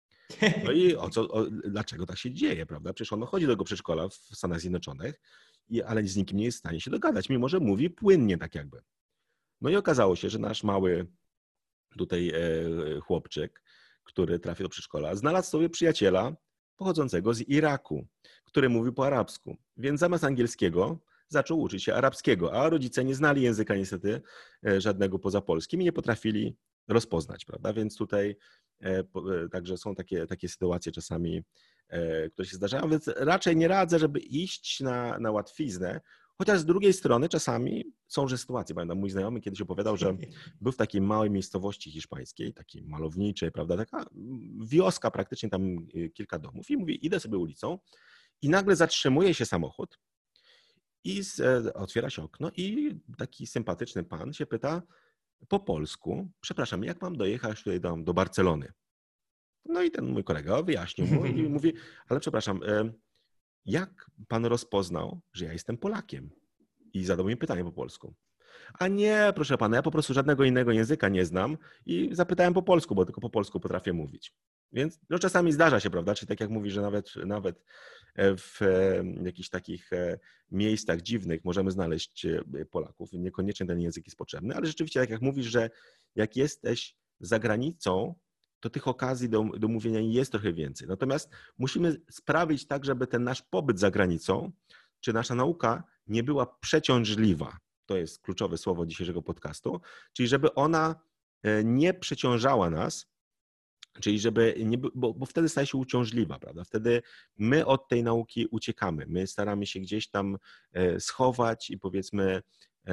No i dlaczego tak się dzieje, prawda? Przecież ono chodzi do tego przedszkola w Stanach Zjednoczonych, ale z nikim nie jest w stanie się dogadać, mimo że mówi płynnie tak jakby. No i okazało się, że nasz mały tutaj chłopczyk, który trafił do przedszkola, znalazł sobie przyjaciela pochodzącego z Iraku, który mówił po arabsku. Więc zamiast angielskiego zaczął uczyć się arabskiego, a rodzice nie znali języka niestety żadnego poza polskim i nie potrafili rozpoznać, prawda? Więc tutaj także są takie sytuacje czasami, które się zdarzają, więc raczej nie radzę, żeby iść na łatwiznę, chociaż z drugiej strony czasami są że sytuacje. Pamiętam, mój znajomy kiedyś opowiadał, że był w takiej małej miejscowości hiszpańskiej, takiej malowniczej, prawda, taka wioska praktycznie, tam kilka domów i mówi, idę sobie ulicą i nagle zatrzymuje się samochód i otwiera się okno i taki sympatyczny pan się pyta po polsku, przepraszam, jak mam dojechać tutaj do Barcelony? No i ten mój kolega wyjaśnił mu i mówi, ale przepraszam, jak pan rozpoznał, że ja jestem Polakiem? I zadał mi pytanie po polsku. A nie, proszę pana, ja po prostu żadnego innego języka nie znam i zapytałem po polsku, bo tylko po polsku potrafię mówić. Więc no, czasami zdarza się, prawda? Czyli tak jak mówisz, że nawet w jakichś takich miejscach dziwnych możemy znaleźć Polaków. Niekoniecznie ten język jest potrzebny, ale rzeczywiście tak jak mówisz, że jak jesteś za granicą, to tych okazji do mówienia jest trochę więcej. Natomiast musimy sprawić tak, żeby ten nasz pobyt za granicą, czy nasza nauka nie była przeciążliwa. To jest kluczowe słowo dzisiejszego podcastu, czyli żeby ona nie przeciążała nas, czyli żeby nie, bo wtedy staje się uciążliwa, prawda? Wtedy my od tej nauki uciekamy. My staramy się gdzieś tam schować i powiedzmy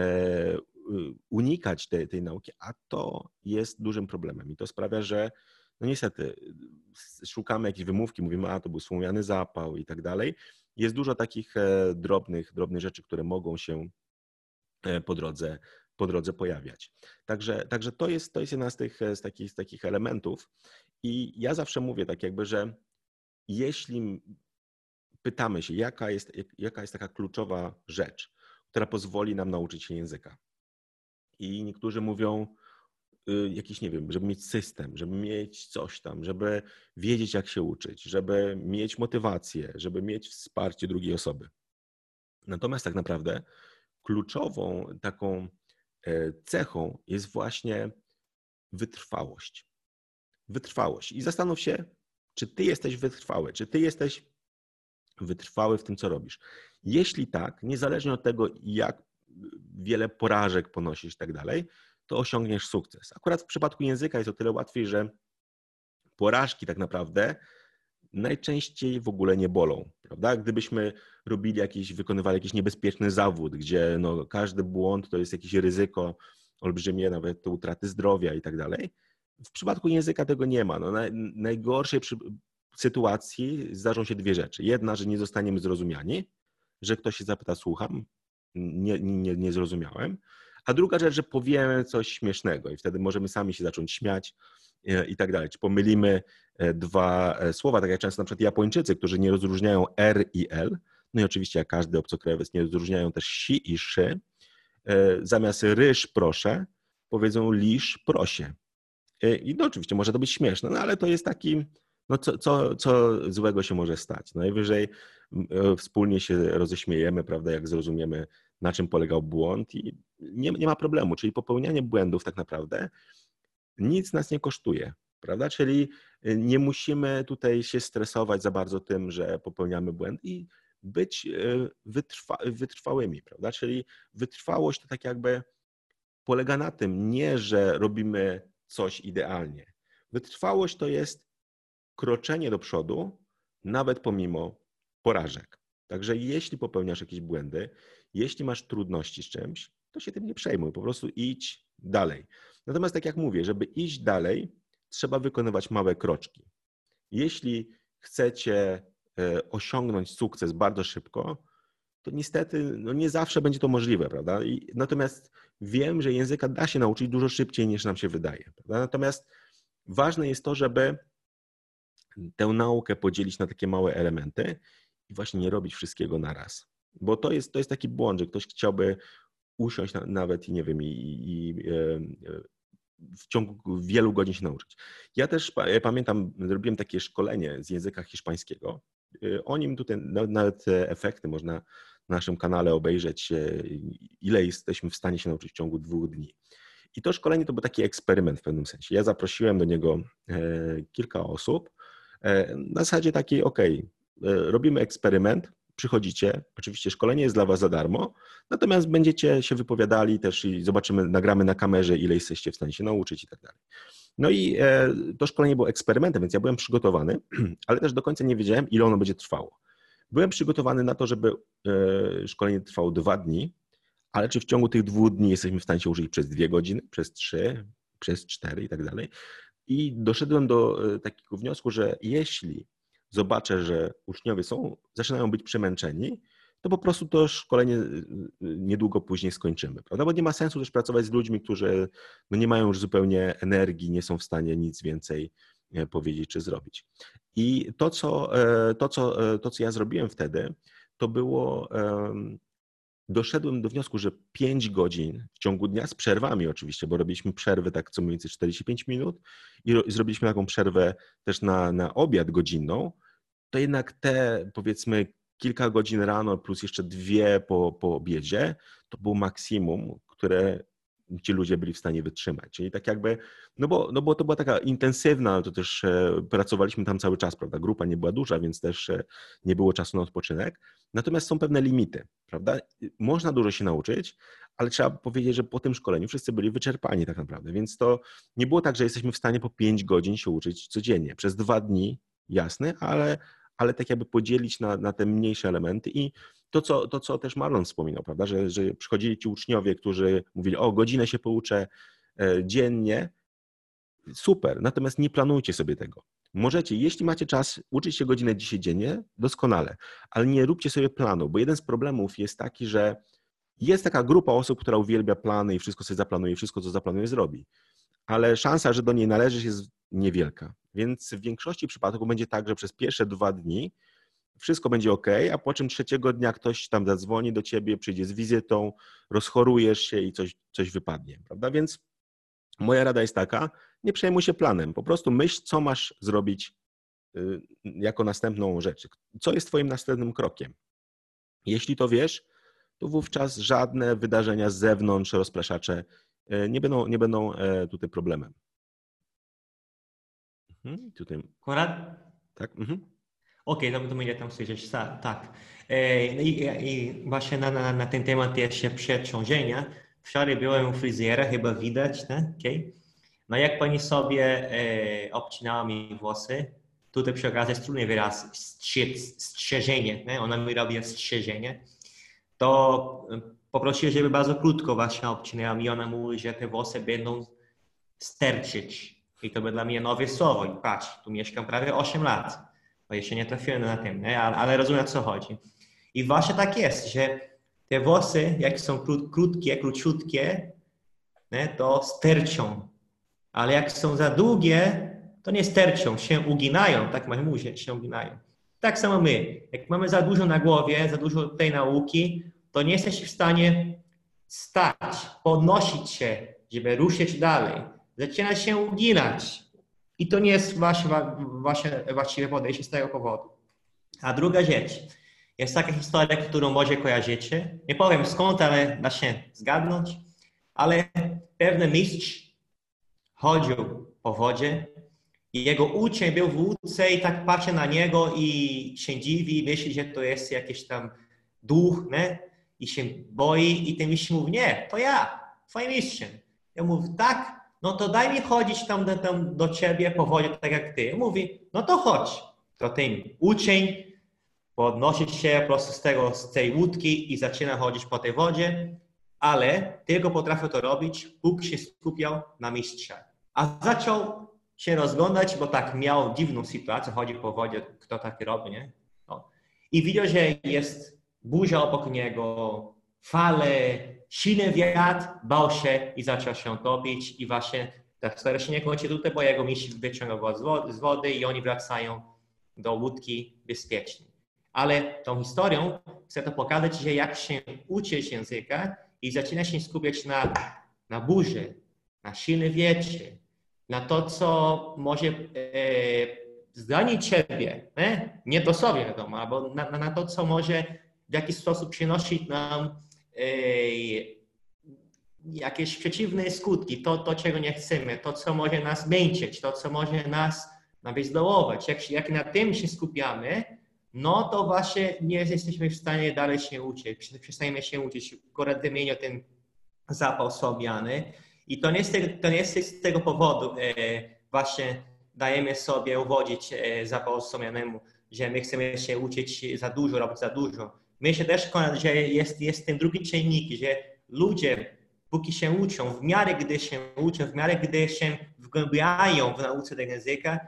unikać tej nauki, a to jest dużym problemem i to sprawia, że no niestety szukamy jakiejś wymówki, mówimy, a to był słomiany zapał i tak dalej. Jest dużo takich drobnych rzeczy, które mogą się po drodze pojawiać. Także to jest jedna z takich elementów i ja zawsze mówię tak jakby, że jeśli pytamy się, jaka jest taka kluczowa rzecz, która pozwoli nam nauczyć się języka i niektórzy mówią jakiś, nie wiem, żeby mieć system, żeby mieć coś tam, żeby wiedzieć jak się uczyć, żeby mieć motywację, żeby mieć wsparcie drugiej osoby. Natomiast tak naprawdę kluczową taką cechą jest właśnie wytrwałość. Wytrwałość. I zastanów się, czy ty jesteś wytrwały, czy ty jesteś wytrwały w tym, co robisz. Jeśli tak, niezależnie od tego, jak wiele porażek ponosisz i tak dalej, to osiągniesz sukces. Akurat w przypadku języka jest o tyle łatwiej, że porażki tak naprawdę najczęściej w ogóle nie bolą, prawda? Gdybyśmy wykonywali jakiś niebezpieczny zawód, gdzie no, każdy błąd to jest jakieś ryzyko olbrzymie, nawet do utraty zdrowia i tak dalej. W przypadku języka tego nie ma. No, najgorszej sytuacji zdarzą się dwie rzeczy. Jedna, że nie zostaniemy zrozumiani, że ktoś się zapyta, słucham, nie zrozumiałem, a druga rzecz, że powiemy coś śmiesznego i wtedy możemy sami się zacząć śmiać i tak dalej. Czy pomylimy dwa słowa, tak jak często na przykład Japończycy, którzy nie rozróżniają R i L, no i oczywiście jak każdy obcokrajowiec nie rozróżniają też si i szy, zamiast ryż proszę, powiedzą lisz prosie. I no oczywiście może to być śmieszne, no ale to jest taki, no co złego się może stać. Najwyżej wspólnie się roześmiejemy, prawda, jak zrozumiemy, na czym polegał błąd i nie ma problemu. Czyli popełnianie błędów tak naprawdę nic nas nie kosztuje, prawda? Czyli nie musimy tutaj się stresować za bardzo tym, że popełniamy błęd i być wytrwałymi, prawda? Czyli wytrwałość to tak jakby polega na tym, nie, że robimy coś idealnie. Wytrwałość to jest kroczenie do przodu, nawet pomimo porażek. Także jeśli popełniasz jakieś błędy, jeśli masz trudności z czymś, to się tym nie przejmuj, po prostu idź dalej. Natomiast tak jak mówię, żeby iść dalej, trzeba wykonywać małe kroczki. Jeśli chcecie osiągnąć sukces bardzo szybko, to niestety no nie zawsze będzie to możliwe, prawda? Natomiast wiem, że języka da się nauczyć dużo szybciej niż nam się wydaje, prawda? Natomiast ważne jest to, żeby tę naukę podzielić na takie małe elementy i właśnie nie robić wszystkiego na raz. Bo to jest taki błąd, że ktoś chciałby usiąść nawet i nie wiem, w ciągu wielu godzin się nauczyć. Ja też pamiętam, zrobiłem takie szkolenie z języka hiszpańskiego. O nim tutaj nawet efekty można na naszym kanale obejrzeć, ile jesteśmy w stanie się nauczyć w ciągu 2 dni. I to szkolenie to był taki eksperyment w pewnym sensie. Ja zaprosiłem do niego kilka osób. Na zasadzie takiej, robimy eksperyment, przychodzicie, oczywiście szkolenie jest dla was za darmo, natomiast będziecie się wypowiadali też i zobaczymy, nagramy na kamerze, ile jesteście w stanie się nauczyć i tak dalej. No i to szkolenie było eksperymentem, więc ja byłem przygotowany, ale też do końca nie wiedziałem, ile ono będzie trwało. Byłem przygotowany na to, żeby szkolenie trwało 2 dni, ale czy w ciągu tych 2 dni jesteśmy w stanie się uczyć przez 2 godziny, przez 3, przez 4 i tak dalej. I doszedłem do takiego wniosku, że jeśli zobaczę, że uczniowie zaczynają być przemęczeni, to po prostu to szkolenie niedługo później skończymy, prawda? Bo nie ma sensu też pracować z ludźmi, którzy nie mają już zupełnie energii, nie są w stanie nic więcej powiedzieć czy zrobić. I to, co ja zrobiłem wtedy, to było, doszedłem do wniosku, że 5 godzin w ciągu dnia, z przerwami oczywiście, bo robiliśmy przerwy tak co mniej więcej 45 minut i zrobiliśmy taką przerwę też na obiad godzinną, to jednak te powiedzmy kilka godzin rano plus jeszcze 2 po obiedzie, to było maksimum, które ci ludzie byli w stanie wytrzymać. Czyli tak jakby, no bo to była taka intensywna, to też pracowaliśmy tam cały czas, prawda? Grupa nie była duża, więc też nie było czasu na odpoczynek. Natomiast są pewne limity, prawda? Można dużo się nauczyć, ale trzeba powiedzieć, że po tym szkoleniu wszyscy byli wyczerpani tak naprawdę, więc to nie było tak, że jesteśmy w stanie po 5 godzin się uczyć codziennie. Przez 2 dni, jasne, ale tak jakby podzielić na te mniejsze elementy i to, co też Marlon wspominał, prawda, że przychodzili ci uczniowie, którzy mówili, o, godzinę się pouczę dziennie, super, natomiast nie planujcie sobie tego. Możecie, jeśli macie czas, uczyć się godzinę dzisiaj dziennie, doskonale, ale nie róbcie sobie planu, bo jeden z problemów jest taki, że jest taka grupa osób, która uwielbia plany i wszystko sobie zaplanuje, wszystko co zaplanuje zrobi, ale szansa, że do niej należysz jest niewielka, więc w większości przypadków będzie tak, że przez pierwsze 2 dni wszystko będzie ok, a po czym 3. dnia ktoś tam zadzwoni do ciebie, przyjdzie z wizytą, rozchorujesz się i coś wypadnie, prawda? Więc moja rada jest taka, nie przejmuj się planem, po prostu myśl, co masz zrobić jako następną rzecz, co jest twoim następnym krokiem. Jeśli to wiesz, to wówczas żadne wydarzenia z zewnątrz, rozpraszacze nie będą tutaj problemem. Tutaj. Tak. Okej, to mnie tam słyszeć, tak. No i właśnie na ten temat jeszcze przeciążenia. Wczoraj byłem u fryzjera, chyba widać, nie? Okay. No jak pani sobie obcinała mi włosy, tutaj przy okazji jest trudny wyraz, strzeżenie, nie? Ona mi robi strzeżenie, to poprosiłem, żeby bardzo krótko właśnie obcinała mi. Ona mówi, że te włosy będą sterczyć. I to by dla mnie nowe słowo. I patrz, tu mieszkam prawie 8 lat. Bo jeszcze nie trafiłem na tym, nie? Ale rozumiem, o co chodzi. I właśnie tak jest, że te włosy, jak są krótkie, króciutkie, nie? To sterczą. Ale jak są za długie, to nie sterczą, się uginają. Tak man mówi, się uginają. Tak samo my. Jak mamy za dużo na głowie, za dużo tej nauki, to nie jesteś w stanie stać, podnosić się, żeby ruszyć dalej. Zaczyna się uginać. I to nie jest właściwe podejście z tego powodu. A druga rzecz. Jest taka historia, którą może kojarzycie. Nie powiem skąd, ale da się zgadnąć. Ale pewny mistrz chodził po wodzie i jego uczeń był w łódce i tak patrzy na niego i się dziwi, myśli, że to jest jakiś tam duch, nie? I się boi i ten mistrz mówi, nie, to ja, twoim mistrzem. Ja mówię, tak, no to daj mi chodzić tam do ciebie po wodzie, tak jak ty. Mówi, no to chodź. To ten uczeń podnosi się po prostu z tej łódki i zaczyna chodzić po tej wodzie, ale tylko potrafił to robić, Bóg się skupiał na mistrza. A zaczął się rozglądać, bo tak miał dziwną sytuację, chodzi po wodzie, kto tak robi, nie? No. I widział, że jest burza obok niego, fale, silny wiatr, bał się i zaczął się topić i właśnie ta historia się nie kończy tutaj, bo jego mistrz wyciągał go z wody i oni wracają do łódki bezpiecznie. Ale tą historią chcę to pokazać, że jak się uczysz języka i zaczyna się skupiać na burzy, na silny wietrze, na to, co może zranić ciebie, nie dosłownie wiadomo, albo na to, co może w jakiś sposób przynosić nam jakieś przeciwne skutki, to czego nie chcemy, to, co może nas męczyć, to, co może nas bezdołować. Jak na tym się skupiamy, no to właśnie nie jesteśmy w stanie dalej się uczyć. Przestajemy się uczyć. Akurat wymienił ten zapał słomiany. I to nie jest z tego powodu właśnie dajemy sobie uwodzić zapał słomianemu, że my chcemy się uczyć za dużo, robić za dużo. Myślę też, że jest ten drugi czynnik, że ludzie, póki się uczą, w miarę gdy się uczą, w miarę gdy się wgłębiają w nauce tego języka,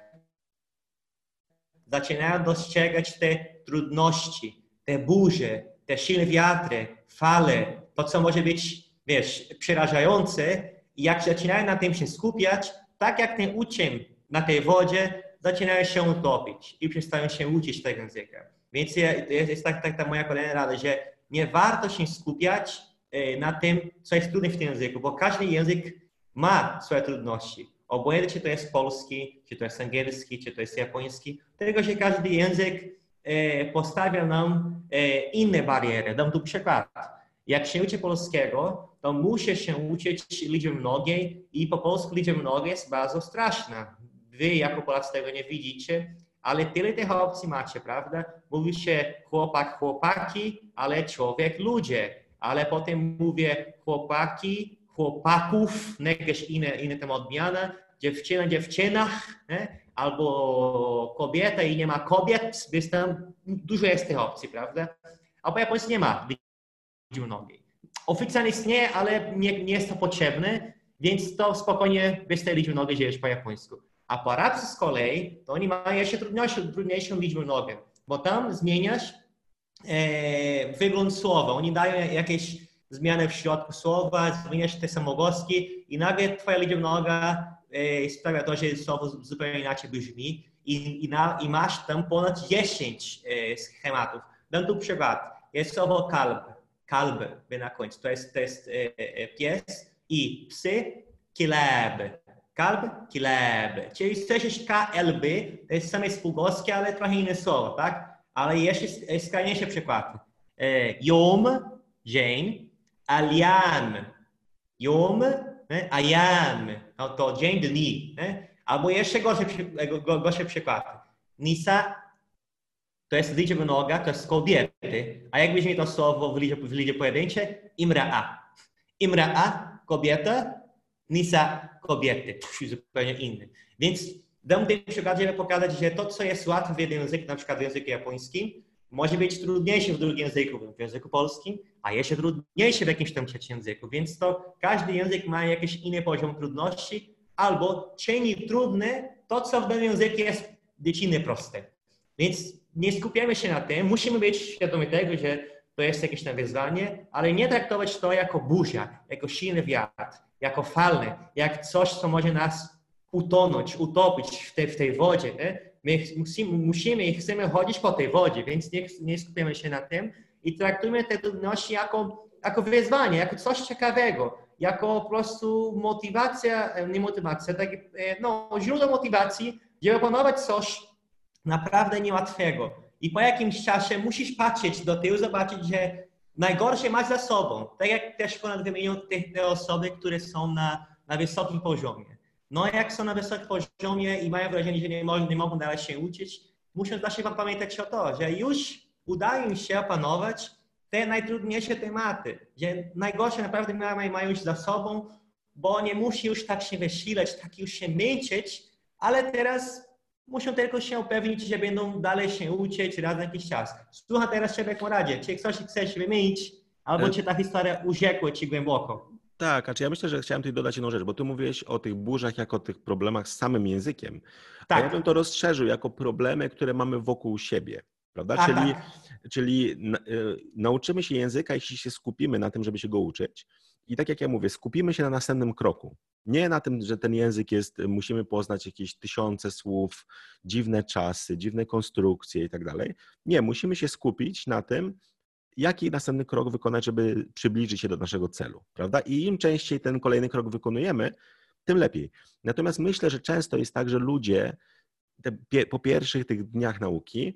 zaczynają dostrzegać te trudności, te burze, te silne wiatry, fale, to co może być, przerażające. I jak zaczynają na tym się skupiać, tak jak ten uczeń na tej wodzie, zaczynają się utopić i przestają się uczyć tego języka. Więc jest ta moja kolejna rada, że nie warto się skupiać na tym, co jest trudne w tym języku, bo każdy język ma swoje trudności. Obojętnie, czy to jest polski, czy to jest angielski, czy to jest japoński, tylko że każdy język postawia nam inne bariery. Dam tu przykład. Jak się uczy polskiego, to muszę się uczyć liczby mnogiej i po polsku liczba mnoga jest bardzo straszna. Wy jako Polacy tego nie widzicie, ale tyle tych opcji macie, prawda? Mówi się chłopak, chłopaki, ale człowiek, ludzie. Ale potem mówię chłopaki, chłopaków, jakaś inna tam odmiana, dziewczyna, dziewczynach, albo kobieta i nie ma kobiet, więc tam dużo jest tych opcji, prawda? A po japońsku nie ma liczby mnogiej. Oficjalnie istnieje, ale nie jest to potrzebne, więc to spokojnie bez tej liczby mnogiej dzieje po japońsku. A po arabsku z kolei, to oni mają jeszcze trudniejszą liczbę mnogią, bo tam zmieniasz wygląd słowa. Oni dają jakieś zmiany w środku słowa, zmieniasz te samogłoski i nagle twoja liczba mnoga sprawia to, że słowo zupełnie inaczej brzmi i masz tam ponad 10 schematów. Dam tu przykład. Jest słowo kalb na końcu. To jest pies i psy kileb. Kalb, kileb. Czyli słyszysz KLB, to jest same spółgłoskie, ale trochę inne słowo, tak? Ale jeszcze skrajniejszy przykład. Yom, dzień, alian, yom, ayam, no to dzień, dni. Albo jeszcze gorszy przykład. Nisa, to jest liczba mnoga, to jest kobiety. A jak brzmi to słowo w liczbie pojedynczej? Imra'a. Imra'a, kobieta, nisa, kobiety. Zupełnie inny. Więc dam ten przykład, żeby pokazać, że to, co jest łatwe w jednym języku, na przykład w języku japońskim, może być trudniejsze w drugim języku, w języku polskim, a jeszcze trudniejsze w jakimś tam trzecim języku. Więc to każdy język ma jakiś inny poziom trudności albo czyni trudne to, co w danym języku jest dziecinnie proste. Więc nie skupiamy się na tym, musimy być świadomi tego, że to jest jakieś tam wyzwanie, ale nie traktować to jako burza, jako silny wiatr, jako falne, jak coś, co może nas utopić w tej wodzie. Nie? My musimy i chcemy chodzić po tej wodzie, więc nie skupiamy się na tym i traktujmy te trudności jako wyzwanie, jako coś ciekawego, jako po prostu źródło motywacji, żeby opanować coś naprawdę niełatwego. I po jakimś czasie musisz patrzeć do tyłu, zobaczyć, że najgorsze masz za sobą. Tak jak też ponad wymienią te osoby, które są na wysokim poziomie. No jak są na wysokim poziomie i mają wrażenie, że nie mogą dalej się uczyć, muszą zawsze pamiętać o to, że już udaje im się opanować te najtrudniejsze tematy, że najgorsze naprawdę mają już za sobą, bo nie musi już tak się wysilać, tak już się męczyć, ale teraz muszą tylko się upewnić, że będą dalej się uczyć raz na jakiś czas. Słuchaj teraz Ciebie jak radzie, czy coś chcesz wymienić, albo czy ta historia urzekła Ci głęboko? Tak, ja myślę, że chciałem tutaj dodać jedną rzecz, bo ty mówiłeś o tych burzach jako o tych problemach z samym językiem. Tak. A ja bym to rozszerzył jako problemy, które mamy wokół siebie, prawda? Czyli nauczymy się języka, jeśli się skupimy na tym, żeby się go uczyć. I tak jak ja mówię, skupimy się na następnym kroku. Nie na tym, że ten język musimy poznać jakieś tysiące słów, dziwne czasy, dziwne konstrukcje i tak dalej. Nie, musimy się skupić na tym, jaki następny krok wykonać, żeby przybliżyć się do naszego celu, prawda? I im częściej ten kolejny krok wykonujemy, tym lepiej. Natomiast myślę, że często jest tak, że ludzie po pierwszych tych dniach nauki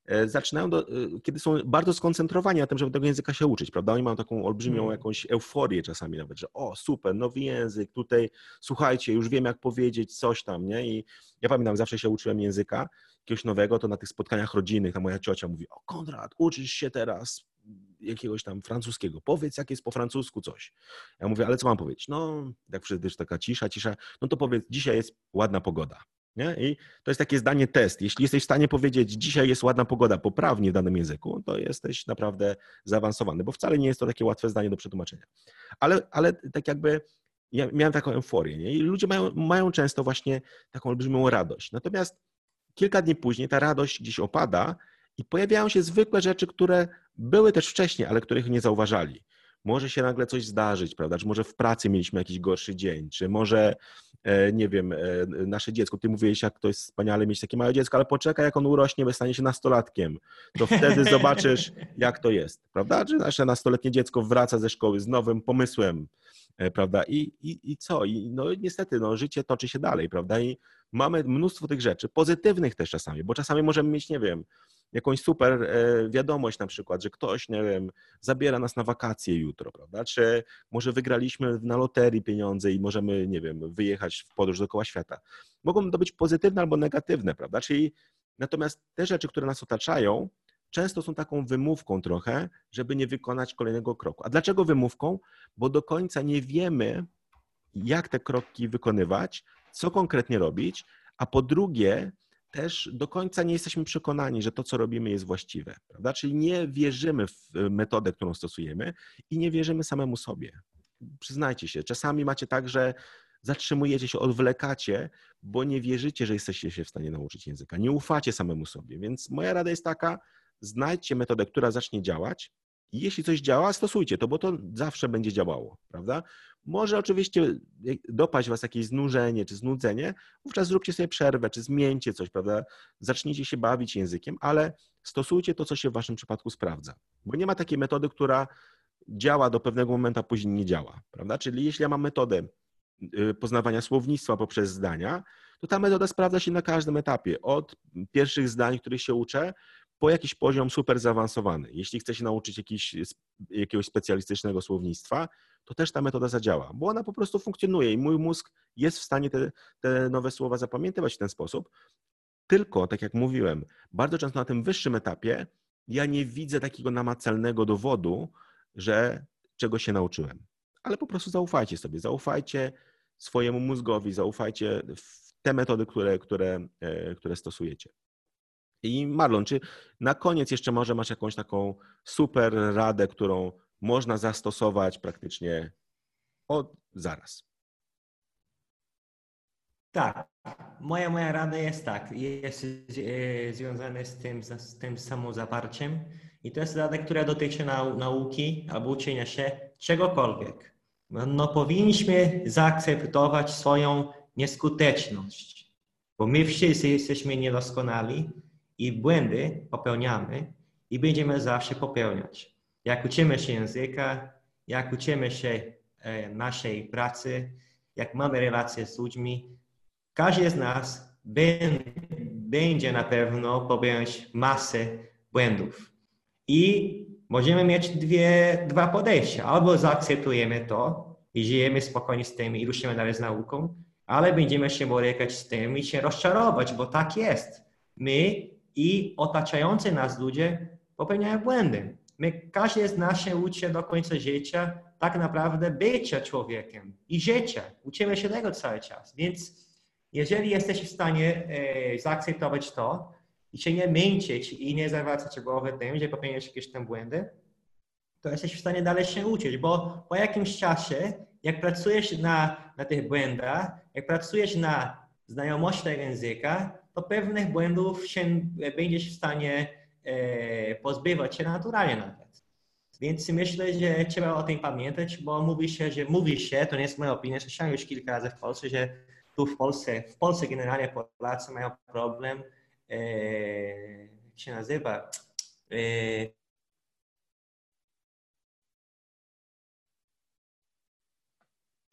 zaczynają, kiedy są bardzo skoncentrowani na tym, żeby tego języka się uczyć, prawda? Oni mają taką olbrzymią jakąś euforię czasami nawet, że o, super, nowy język, tutaj słuchajcie, już wiem jak powiedzieć coś tam, nie? I ja pamiętam, zawsze się uczyłem języka jakiegoś nowego, to na tych spotkaniach rodzinnych, ta moja ciocia mówi, o Konrad, uczysz się teraz jakiegoś tam francuskiego, powiedz jak jest po francusku coś. Ja mówię, ale co mam powiedzieć? No, jak wtedy już taka cisza, no to powiedz, dzisiaj jest ładna pogoda. Nie? I to jest takie zdanie test. Jeśli jesteś w stanie powiedzieć, dzisiaj jest ładna pogoda poprawnie w danym języku, to jesteś naprawdę zaawansowany, bo wcale nie jest to takie łatwe zdanie do przetłumaczenia. Ale tak jakby ja miałem taką euforię, nie? I ludzie mają często właśnie taką olbrzymią radość. Natomiast kilka dni później ta radość gdzieś opada i pojawiają się zwykłe rzeczy, które były też wcześniej, ale których nie zauważali. Może się nagle coś zdarzyć, prawda? Czy może w pracy mieliśmy jakiś gorszy dzień, czy może, nie wiem, nasze dziecko, ty mówiłeś, jak to jest wspaniale mieć takie małe dziecko, ale poczekaj, jak on urośnie, stanie się nastolatkiem, to wtedy zobaczysz, jak to jest, prawda? Czy nasze nastoletnie dziecko wraca ze szkoły z nowym pomysłem, prawda? I co? I no niestety, no, życie toczy się dalej, prawda? I mamy mnóstwo tych rzeczy, pozytywnych też czasami, bo czasami możemy mieć, nie wiem, jakąś super wiadomość na przykład, że ktoś, nie wiem, zabiera nas na wakacje jutro, prawda? Czy może wygraliśmy na loterii pieniądze i możemy, nie wiem, wyjechać w podróż dookoła świata. Mogą to być pozytywne albo negatywne, prawda? Czyli natomiast te rzeczy, które nas otaczają, często są taką wymówką trochę, żeby nie wykonać kolejnego kroku. A dlaczego wymówką? Bo do końca nie wiemy, jak te kroki wykonywać, co konkretnie robić, a po drugie też do końca nie jesteśmy przekonani, że to, co robimy, jest właściwe, prawda? Czyli nie wierzymy w metodę, którą stosujemy i nie wierzymy samemu sobie. Przyznajcie się, czasami macie tak, że zatrzymujecie się, odwlekacie, bo nie wierzycie, że jesteście się w stanie nauczyć języka. Nie ufacie samemu sobie, więc moja rada jest taka, znajdźcie metodę, która zacznie działać. Jeśli coś działa, stosujcie to, bo to zawsze będzie działało, prawda? Może oczywiście dopaść was jakieś znużenie czy znudzenie, wówczas zróbcie sobie przerwę, czy zmieńcie coś, prawda? Zacznijcie się bawić językiem, ale stosujcie to, co się w waszym przypadku sprawdza. Bo nie ma takiej metody, która działa do pewnego momentu, a później nie działa, prawda? Czyli jeśli ja mam metodę poznawania słownictwa poprzez zdania, to ta metoda sprawdza się na każdym etapie, od pierwszych zdań, których się uczę, po jakiś poziom super zaawansowany. Jeśli chcę się nauczyć jakiegoś specjalistycznego słownictwa, to też ta metoda zadziała, bo ona po prostu funkcjonuje i mój mózg jest w stanie te nowe słowa zapamiętywać w ten sposób. Tylko, tak jak mówiłem, bardzo często na tym wyższym etapie ja nie widzę takiego namacalnego dowodu, że czegoś się nauczyłem. Ale po prostu zaufajcie sobie, zaufajcie swojemu mózgowi, zaufajcie w te metody, które stosujecie. I Marlon, czy na koniec jeszcze może masz jakąś taką super radę, którą można zastosować praktycznie od zaraz? Tak, moja rada jest tak, jest związana z tym samozaparciem i to jest rada, która dotyczy nauki albo uczenia się czegokolwiek. No powinniśmy zaakceptować swoją nieskuteczność, bo my wszyscy jesteśmy niedoskonali i błędy popełniamy i będziemy zawsze popełniać. Jak uczymy się języka, jak uczymy się naszej pracy, jak mamy relacje z ludźmi, każdy z nas będzie na pewno popełniać masę błędów. I możemy mieć dwa podejścia. Albo zaakceptujemy to i żyjemy spokojnie z tym i ruszymy dalej z nauką, ale będziemy się borykać z tym i się rozczarować, bo tak jest. My i otaczający nas ludzie popełniają błędy. Każdy z nas się uczy do końca życia tak naprawdę bycia człowiekiem i życia. Uczymy się tego cały czas. Więc jeżeli jesteś w stanie zaakceptować to i się nie męczyć i nie zawracać głowy tym, że popełniasz jakieś tam błędy, to jesteś w stanie dalej się uczyć, bo po jakimś czasie, jak pracujesz na tych błędach, jak pracujesz na znajomości tego języka, to pewnych błędów się będziesz w stanie pozbywać się naturalnie nawet. Więc myślę, że trzeba o tym pamiętać, bo mówi się, to nie jest moja opinia, słyszałem już kilka razy w Polsce, że tu w Polsce generalnie Polacy mają problem, jak się nazywa,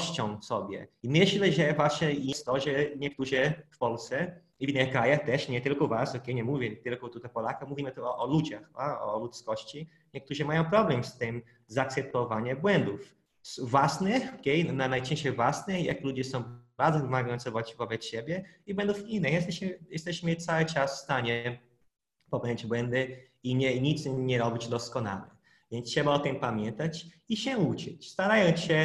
sobie. I myślę, że właśnie jest to, że niektórzy w Polsce i w innych krajach też, nie tylko was, nie mówię tylko tutaj Polaków, mówimy tu o ludziach, o ludzkości. Niektórzy mają problem z tym zaakceptowaniem błędów własnych, najczęściej własnych, jak ludzie są bardzo wymagający wobec siebie i błędów innych. Jesteśmy cały czas w stanie popełniać błędy i nic nie robić doskonale. Więc trzeba o tym pamiętać i się uczyć, starając się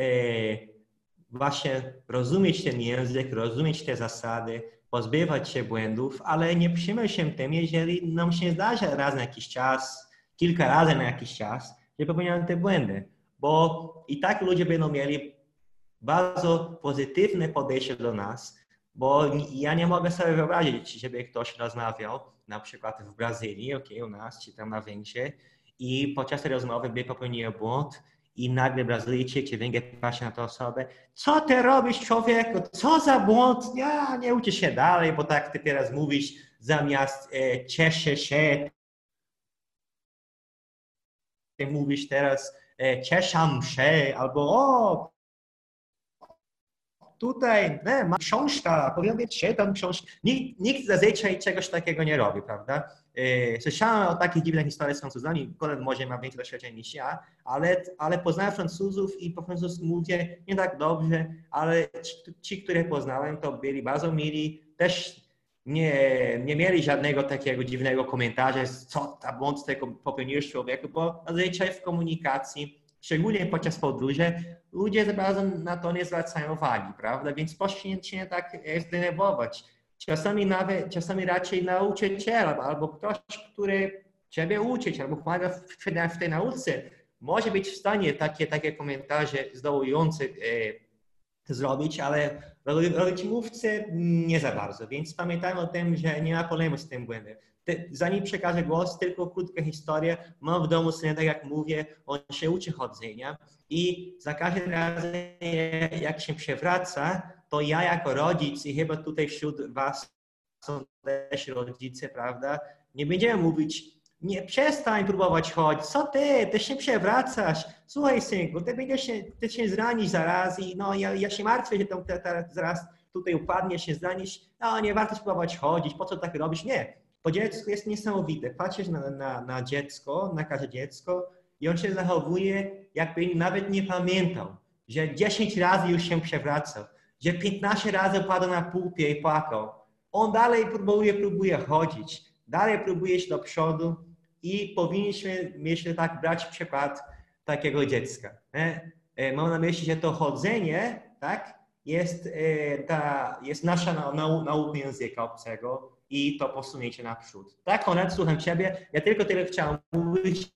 właśnie rozumieć ten język, rozumieć te zasady, pozbywać się błędów, ale nie przejmuj się tym, jeżeli nam się zdarza raz na jakiś czas, kilka razy na jakiś czas, że popełniamy te błędy, bo i tak ludzie będą mieli bardzo pozytywne podejście do nas, bo ja nie mogę sobie wyobrazić, żeby ktoś rozmawiał, na przykład w Brazylii, u nas, czy tam na Węgrzech, i podczas tej rozmowy by popełnił błąd i nagle Brazylijczyk czy Węgier patrzy na tę osobę, co ty robisz, człowieku, co za błąd, nie uczysz się dalej, bo tak ty teraz mówisz, zamiast cieszę się, ty mówisz teraz cieszam się, albo o, tutaj mam książkę, powinien być czytam książkę. Nikt zazwyczaj czegoś takiego nie robi, prawda? Słyszałem o takich dziwnych historiach z Francuzami, Kolen może ma więcej doświadczenia niż ja, ale poznałem Francuzów i po francusku mówię nie tak dobrze, ale ci, których poznałem, to byli bardzo mili, też nie mieli żadnego takiego dziwnego komentarza, co ta błąd tego popełniłeś człowieku, bo zazwyczaj w komunikacji, szczególnie podczas podróży, ludzie za bardzo na to nie zwracają uwagi, prawda? Więc proszę się nie tak zdenerwować. Czasami raczej nauczyciel albo ktoś, który ciebie uczyć albo pomaga w tej nauce, może być w stanie takie komentarze zdołujące zrobić, ale robić mówcy nie za bardzo. Więc pamiętajmy o tym, że nie ma problemu z tym błędem. Zanim przekażę głos, tylko krótka historia. Mam w domu syna, tak jak mówię, on się uczy chodzenia i za każdym razem, jak się przewraca, to ja jako rodzic i chyba tutaj wśród was są też rodzice, prawda, nie będziemy mówić, nie przestań próbować chodzić, co ty się przewracasz, słuchaj synku, ty się zranisz zaraz i no ja się martwię, że zaraz tutaj upadniesz, się zranisz, no nie warto spróbować chodzić, po co tak robisz, nie. Po dziecku jest niesamowite. Patrzysz na dziecko, na każde dziecko i on się zachowuje, jakby nawet nie pamiętał, że 10 razy już się przewracał, że 15 razy padł na pupie i płakał. On dalej próbuje chodzić, dalej próbuje iść do przodu i powinniśmy, myślę, tak brać przykład takiego dziecka. Mam na myśli, że to chodzenie, tak, jest nasza nauka języka obcego i to posunięcie naprzód. Tak, Konrad, słucham ciebie. Ja tylko tyle chciałem mówić.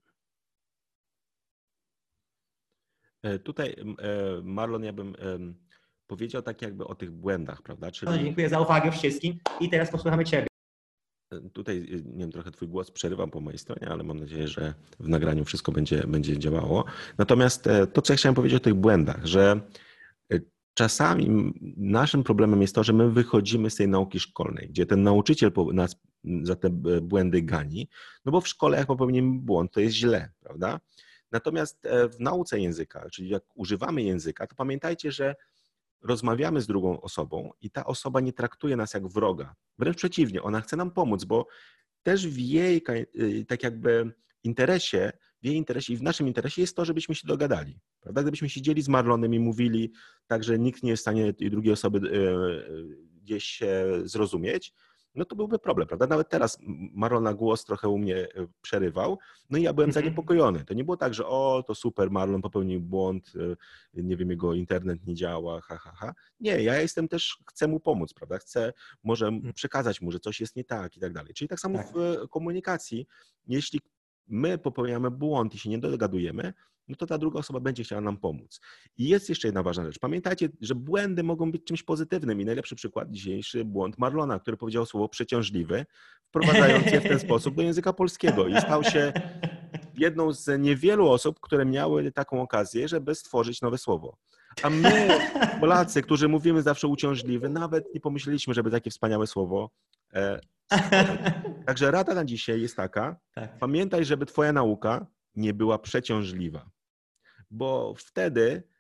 Tutaj, Marlon, ja bym powiedział tak jakby o tych błędach, prawda? Czyli... Dziękuję za uwagę wszystkim i teraz posłuchamy ciebie. Tutaj, nie wiem, trochę twój głos przerywam po mojej stronie, ale mam nadzieję, że w nagraniu wszystko będzie działało. Natomiast to, co ja chciałem powiedzieć o tych błędach, że czasami naszym problemem jest to, że my wychodzimy z tej nauki szkolnej, gdzie ten nauczyciel nas za te błędy gani, no bo w szkole jak popełnimy błąd, to jest źle, prawda? Natomiast w nauce języka, czyli jak używamy języka, to pamiętajcie, że rozmawiamy z drugą osobą i ta osoba nie traktuje nas jak wroga. Wręcz przeciwnie, ona chce nam pomóc, bo też w jej tak jakby interesie, i w naszym interesie jest to, żebyśmy się dogadali. Prawda? Gdybyśmy siedzieli z Marlonem i mówili tak, że nikt nie jest w stanie drugiej osoby gdzieś się zrozumieć, no to byłby problem, prawda? Nawet teraz Marlona głos trochę u mnie przerywał, no i ja byłem zaniepokojony. To nie było tak, że to super, Marlon popełnił błąd, nie wiem, jego internet nie działa, ha. Nie, ja jestem też, chcę mu pomóc, prawda? Chcę może przekazać mu, że coś jest nie tak i tak dalej. Czyli tak samo w komunikacji, jeśli my popełniamy błąd i się nie dogadujemy, no to ta druga osoba będzie chciała nam pomóc. I jest jeszcze jedna ważna rzecz. Pamiętajcie, że błędy mogą być czymś pozytywnym i najlepszy przykład dzisiejszy błąd Marlona, który powiedział słowo przeciążliwy, wprowadzając je w ten sposób do języka polskiego i stał się jedną z niewielu osób, które miały taką okazję, żeby stworzyć nowe słowo. A my, Polacy, którzy mówimy zawsze uciążliwy, nawet nie pomyśleliśmy, żeby takie wspaniałe słowo Także rada na dzisiaj jest taka, pamiętaj, żeby twoja nauka nie była przeciążliwa, bo wtedy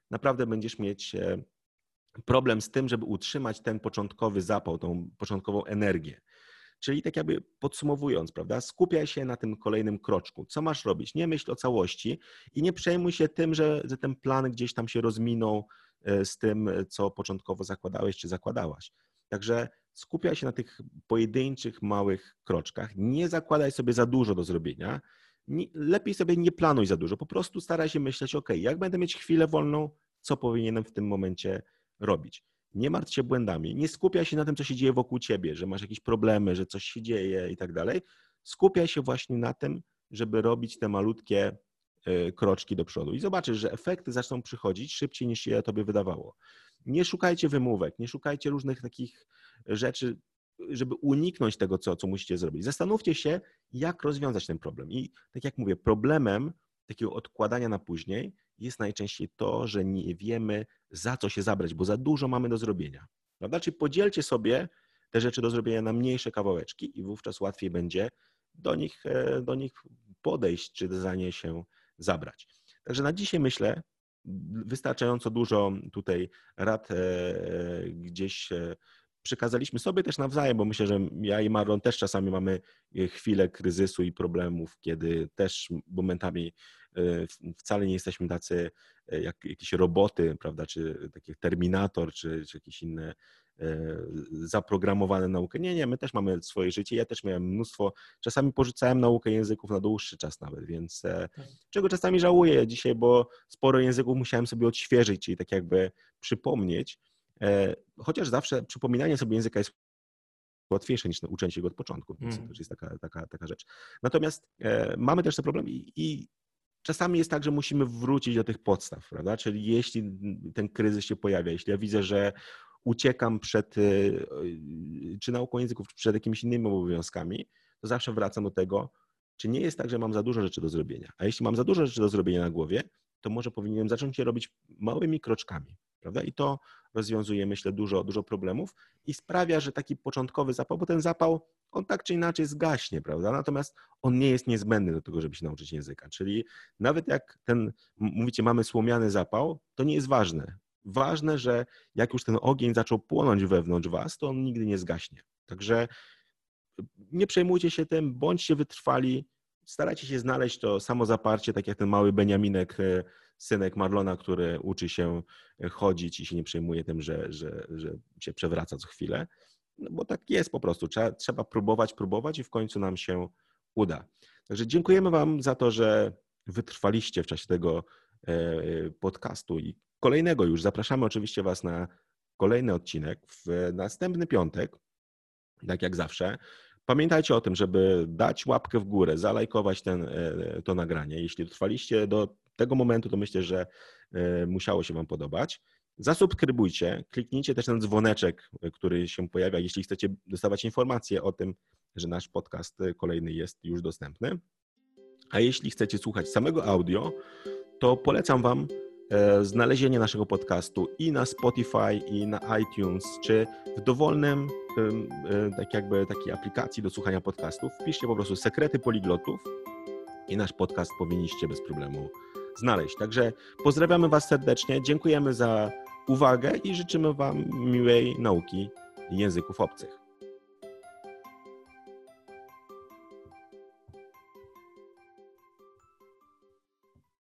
naprawdę będziesz mieć problem z tym, żeby utrzymać ten początkowy zapał, tą początkową energię. Czyli tak jakby podsumowując, prawda, skupiaj się na tym kolejnym kroczku. Co masz robić? Nie myśl o całości i nie przejmuj się tym, że ten plan gdzieś tam się rozminął z tym, co początkowo zakładałeś czy zakładałaś. Także skupiaj się na tych pojedynczych, małych kroczkach. Nie zakładaj sobie za dużo do zrobienia. Lepiej sobie nie planuj za dużo. Po prostu staraj się myśleć, ok, jak będę mieć chwilę wolną, co powinienem w tym momencie robić. Nie martw się błędami, nie skupiaj się na tym, co się dzieje wokół ciebie, że masz jakieś problemy, że coś się dzieje i tak dalej. Skupiaj się właśnie na tym, żeby robić te malutkie kroczki do przodu i zobaczysz, że efekty zaczną przychodzić szybciej niż się tobie wydawało. Nie szukajcie wymówek, nie szukajcie różnych takich rzeczy, żeby uniknąć tego, co musicie zrobić. Zastanówcie się, jak rozwiązać ten problem. I tak jak mówię, problemem takiego odkładania na później jest najczęściej to, że nie wiemy, za co się zabrać, bo za dużo mamy do zrobienia. Prawda? Czyli podzielcie sobie te rzeczy do zrobienia na mniejsze kawałeczki i wówczas łatwiej będzie do nich podejść, czy za nie się zabrać. Także na dzisiaj myślę, wystarczająco dużo tutaj rad gdzieś przekazaliśmy sobie też nawzajem, bo myślę, że ja i Marlon też czasami mamy chwilę kryzysu i problemów, kiedy też momentami wcale nie jesteśmy tacy jak jakieś roboty, prawda, czy taki Terminator, czy jakieś inne zaprogramowane naukę. Nie, my też mamy swoje życie, ja też miałem mnóstwo, czasami porzucałem naukę języków na dłuższy czas nawet, więc czego czasami żałuję dzisiaj, bo sporo języków musiałem sobie odświeżyć, czyli tak jakby przypomnieć, chociaż zawsze przypominanie sobie języka jest łatwiejsze niż uczenie się go od początku, więc to jest taka rzecz. Natomiast mamy też ten problem i czasami jest tak, że musimy wrócić do tych podstaw, prawda? Czyli jeśli ten kryzys się pojawia, jeśli ja widzę, że uciekam przed czy nauką języków, czy przed jakimiś innymi obowiązkami, to zawsze wracam do tego, czy nie jest tak, że mam za dużo rzeczy do zrobienia. A jeśli mam za dużo rzeczy do zrobienia na głowie, to może powinienem zacząć je robić małymi kroczkami, prawda? I to rozwiązuje, myślę, dużo problemów i sprawia, że taki początkowy zapał, bo ten zapał, on tak czy inaczej zgaśnie, prawda? Natomiast on nie jest niezbędny do tego, żeby się nauczyć języka. Czyli nawet jak mówicie, mamy słomiany zapał, to nie jest ważne. Ważne, że jak już ten ogień zaczął płonąć wewnątrz was, to on nigdy nie zgaśnie. Także nie przejmujcie się tym, bądźcie wytrwali, starajcie się znaleźć to samozaparcie, tak jak ten mały Beniaminek, synek Marlona, który uczy się chodzić i się nie przejmuje tym, że się przewraca co chwilę, no bo tak jest po prostu. Trzeba próbować i w końcu nam się uda. Także dziękujemy wam za to, że wytrwaliście w czasie tego podcastu i kolejnego już. Zapraszamy oczywiście was na kolejny odcinek w następny piątek, tak jak zawsze. Pamiętajcie o tym, żeby dać łapkę w górę, zalajkować to nagranie. Jeśli dotrwaliście do tego momentu, to myślę, że musiało się wam podobać. Zasubskrybujcie, kliknijcie też ten dzwoneczek, który się pojawia, jeśli chcecie dostawać informacje o tym, że nasz podcast kolejny jest już dostępny. A jeśli chcecie słuchać samego audio, to polecam wam znalezienie naszego podcastu i na Spotify, i na iTunes, czy w dowolnym takiej aplikacji do słuchania podcastów. Wpiszcie po prostu Sekrety Poliglotów i nasz podcast powinniście bez problemu znaleźć. Także pozdrawiamy was serdecznie, dziękujemy za uwagę i życzymy wam miłej nauki języków obcych.